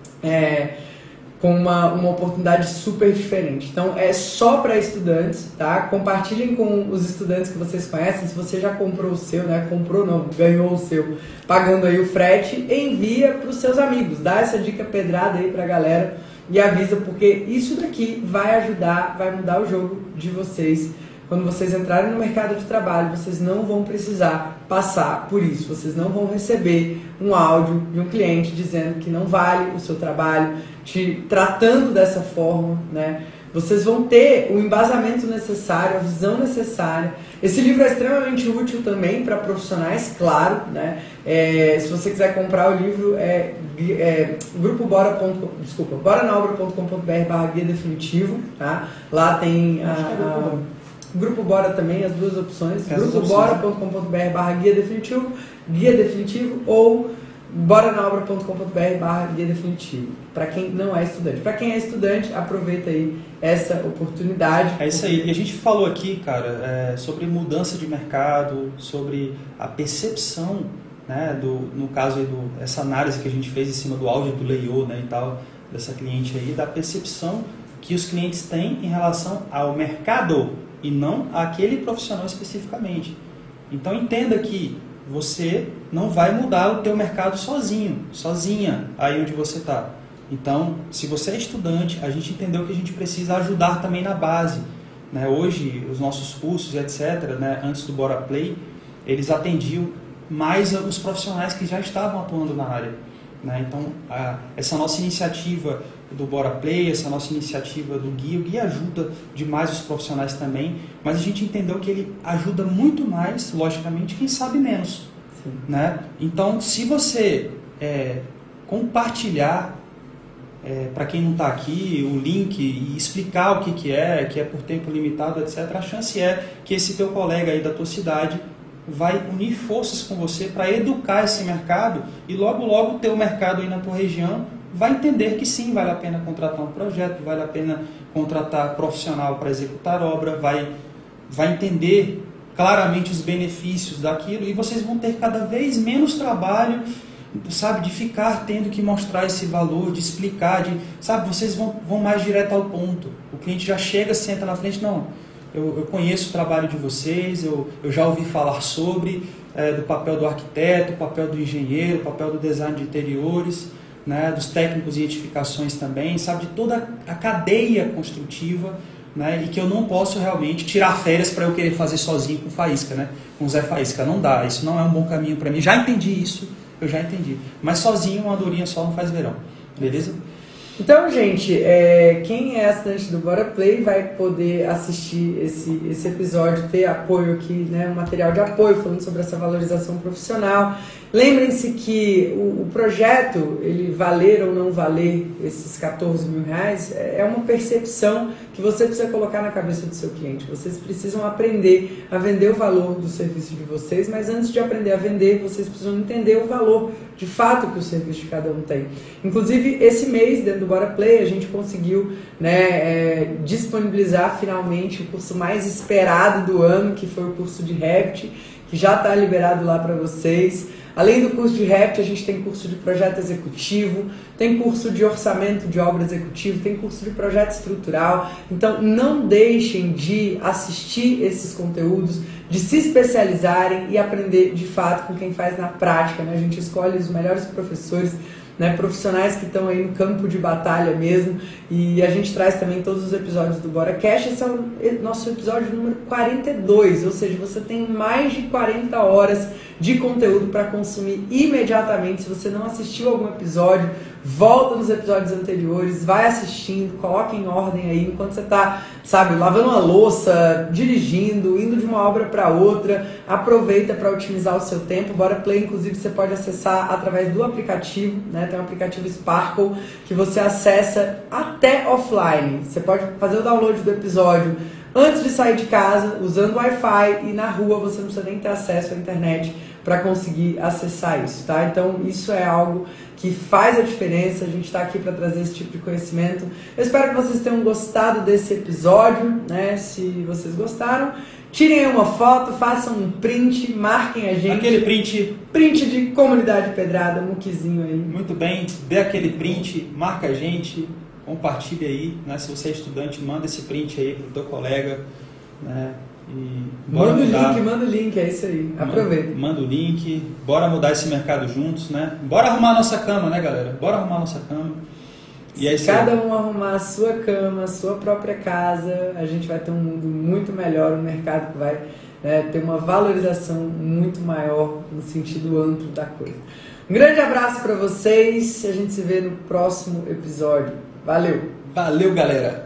é, com uma, uma oportunidade super diferente. Então, é só para estudantes, tá? Compartilhem com os estudantes que vocês conhecem. Se você já comprou o seu, né? Comprou não, ganhou o seu, pagando aí o frete, envia para os seus amigos. Dá essa dica pedrada aí para a galera. E avisa, porque isso daqui vai ajudar, vai mudar o jogo de vocês. Quando vocês entrarem no mercado de trabalho, vocês não vão precisar passar por isso. Vocês não vão receber um áudio de um cliente dizendo que não vale o seu trabalho, te tratando dessa forma, né? Vocês vão ter o embasamento necessário, a visão necessária. Esse livro é extremamente útil também para profissionais, claro, né? É, se você quiser comprar o livro, é, é grupo bora. Desculpa, boranaobra ponto com ponto br barra guia definitivo, tá? Lá tem a, a Grupo Bora também, as duas opções, grupo bora ponto com ponto br barra guia definitivo, guia definitivo, ou boranaobra ponto com ponto br barra guia definitivo, para quem não é estudante. Para quem é estudante, aproveita aí essa oportunidade. É isso aí. E a gente falou aqui, cara, é, sobre mudança de mercado, sobre a percepção, né, do, no caso aí, do, essa análise que a gente fez em cima do áudio do Leio, né, e tal, dessa cliente aí, da percepção que os clientes têm em relação ao mercado e não àquele profissional especificamente. Então entenda que você não vai mudar o teu mercado sozinho, sozinha, aí onde você está. Então, se você é estudante, a gente entendeu que a gente precisa ajudar também na base, né? Hoje, os nossos cursos, etcétera, né? Antes do Bora Play, eles atendiam mais os profissionais que já estavam atuando na área, né? Então, a, essa nossa iniciativa do Bora Play, essa nossa iniciativa do Guia, o Guia ajuda demais os profissionais também, mas a gente entendeu que ele ajuda muito mais, logicamente, quem sabe menos, né? Então, se você é, compartilhar é, para quem não está aqui o link e explicar o que, que é, que é por tempo limitado, etcétera, a chance é que esse teu colega aí da tua cidade vai unir forças com você para educar esse mercado e logo, logo o teu mercado aí na tua região vai entender que sim, vale a pena contratar um projeto, vale a pena contratar profissional para executar obra, vai, vai entender claramente os benefícios daquilo e vocês vão ter cada vez menos trabalho, sabe, de ficar tendo que mostrar esse valor, de explicar, de, sabe, vocês vão, vão mais direto ao ponto. O cliente já chega, senta na frente, não, eu, eu conheço o trabalho de vocês, eu, eu já ouvi falar sobre, é, do papel do arquiteto, o papel do engenheiro, o papel do design de interiores, né, dos técnicos e edificações também, sabe, de toda a cadeia construtiva, né, e que eu não posso realmente tirar férias para eu querer fazer sozinho com Faísca, né, com o Zé Faísca, não dá, isso não é um bom caminho para mim, já entendi isso, eu já entendi, mas sozinho uma andorinha só não faz verão, beleza? Então, gente, é, quem é assinante do Bora Play vai poder assistir esse, esse episódio, ter apoio aqui, né, um material de apoio falando sobre essa valorização profissional. Lembrem-se que o, o projeto, ele valer ou não valer esses quatorze mil reais, é uma percepção que você precisa colocar na cabeça do seu cliente. Vocês precisam aprender a vender o valor do serviço de vocês, mas antes de aprender a vender, vocês precisam entender o valor de fato que o serviço de cada um tem. Inclusive, esse mês, dentro do no Bora Play, a gente conseguiu, né, é, disponibilizar finalmente o curso mais esperado do ano, que foi o curso de Revit, que já está liberado lá para vocês. Além do curso de Revit, a gente tem curso de projeto executivo, tem curso de orçamento de obra executivo, tem curso de projeto estrutural. Então, não deixem de assistir esses conteúdos, de se especializarem e aprender de fato com quem faz na prática, né? A gente escolhe os melhores professores, né, profissionais que estão aí no campo de batalha mesmo, e a gente traz também todos os episódios do BoraCast. Esse é o nosso episódio número quarenta e dois, ou seja, você tem mais de quarenta horas de conteúdo para consumir imediatamente. Se você não assistiu algum episódio, volta nos episódios anteriores, vai assistindo, coloca em ordem aí, enquanto você está, sabe, lavando uma louça, dirigindo, indo de uma obra para outra, aproveita para otimizar o seu tempo. Bora Play, inclusive, você pode acessar através do aplicativo, né? Tem um aplicativo Sparkle que você acessa até offline. Você pode fazer o download do episódio antes de sair de casa, usando o Wi-Fi, e na rua você não precisa nem ter acesso à internet para conseguir acessar isso, tá? Então, isso é algo que faz a diferença. A gente está aqui para trazer esse tipo de conhecimento. Eu espero que vocês tenham gostado desse episódio, né? Se vocês gostaram, tirem aí uma foto, façam um print, marquem a gente. Aquele print. Print de Comunidade Pedrada, muquizinho aí. Muito bem, dê aquele print, marca a gente, compartilha aí, né? Se você é estudante, manda esse print aí pro teu colega, né? E bora manda mudar. o link, manda o link, é isso aí. Aproveita. Manda, manda o link, bora mudar esse mercado juntos, né? Bora arrumar a nossa cama, né, galera? Bora arrumar a nossa cama. E é isso Cada aí. um arrumar a sua cama, a sua própria casa, a gente vai ter um mundo muito melhor, um mercado que vai, né, ter uma valorização muito maior no sentido amplo da coisa. Um grande abraço para vocês, a gente se vê no próximo episódio. Valeu! Valeu, galera!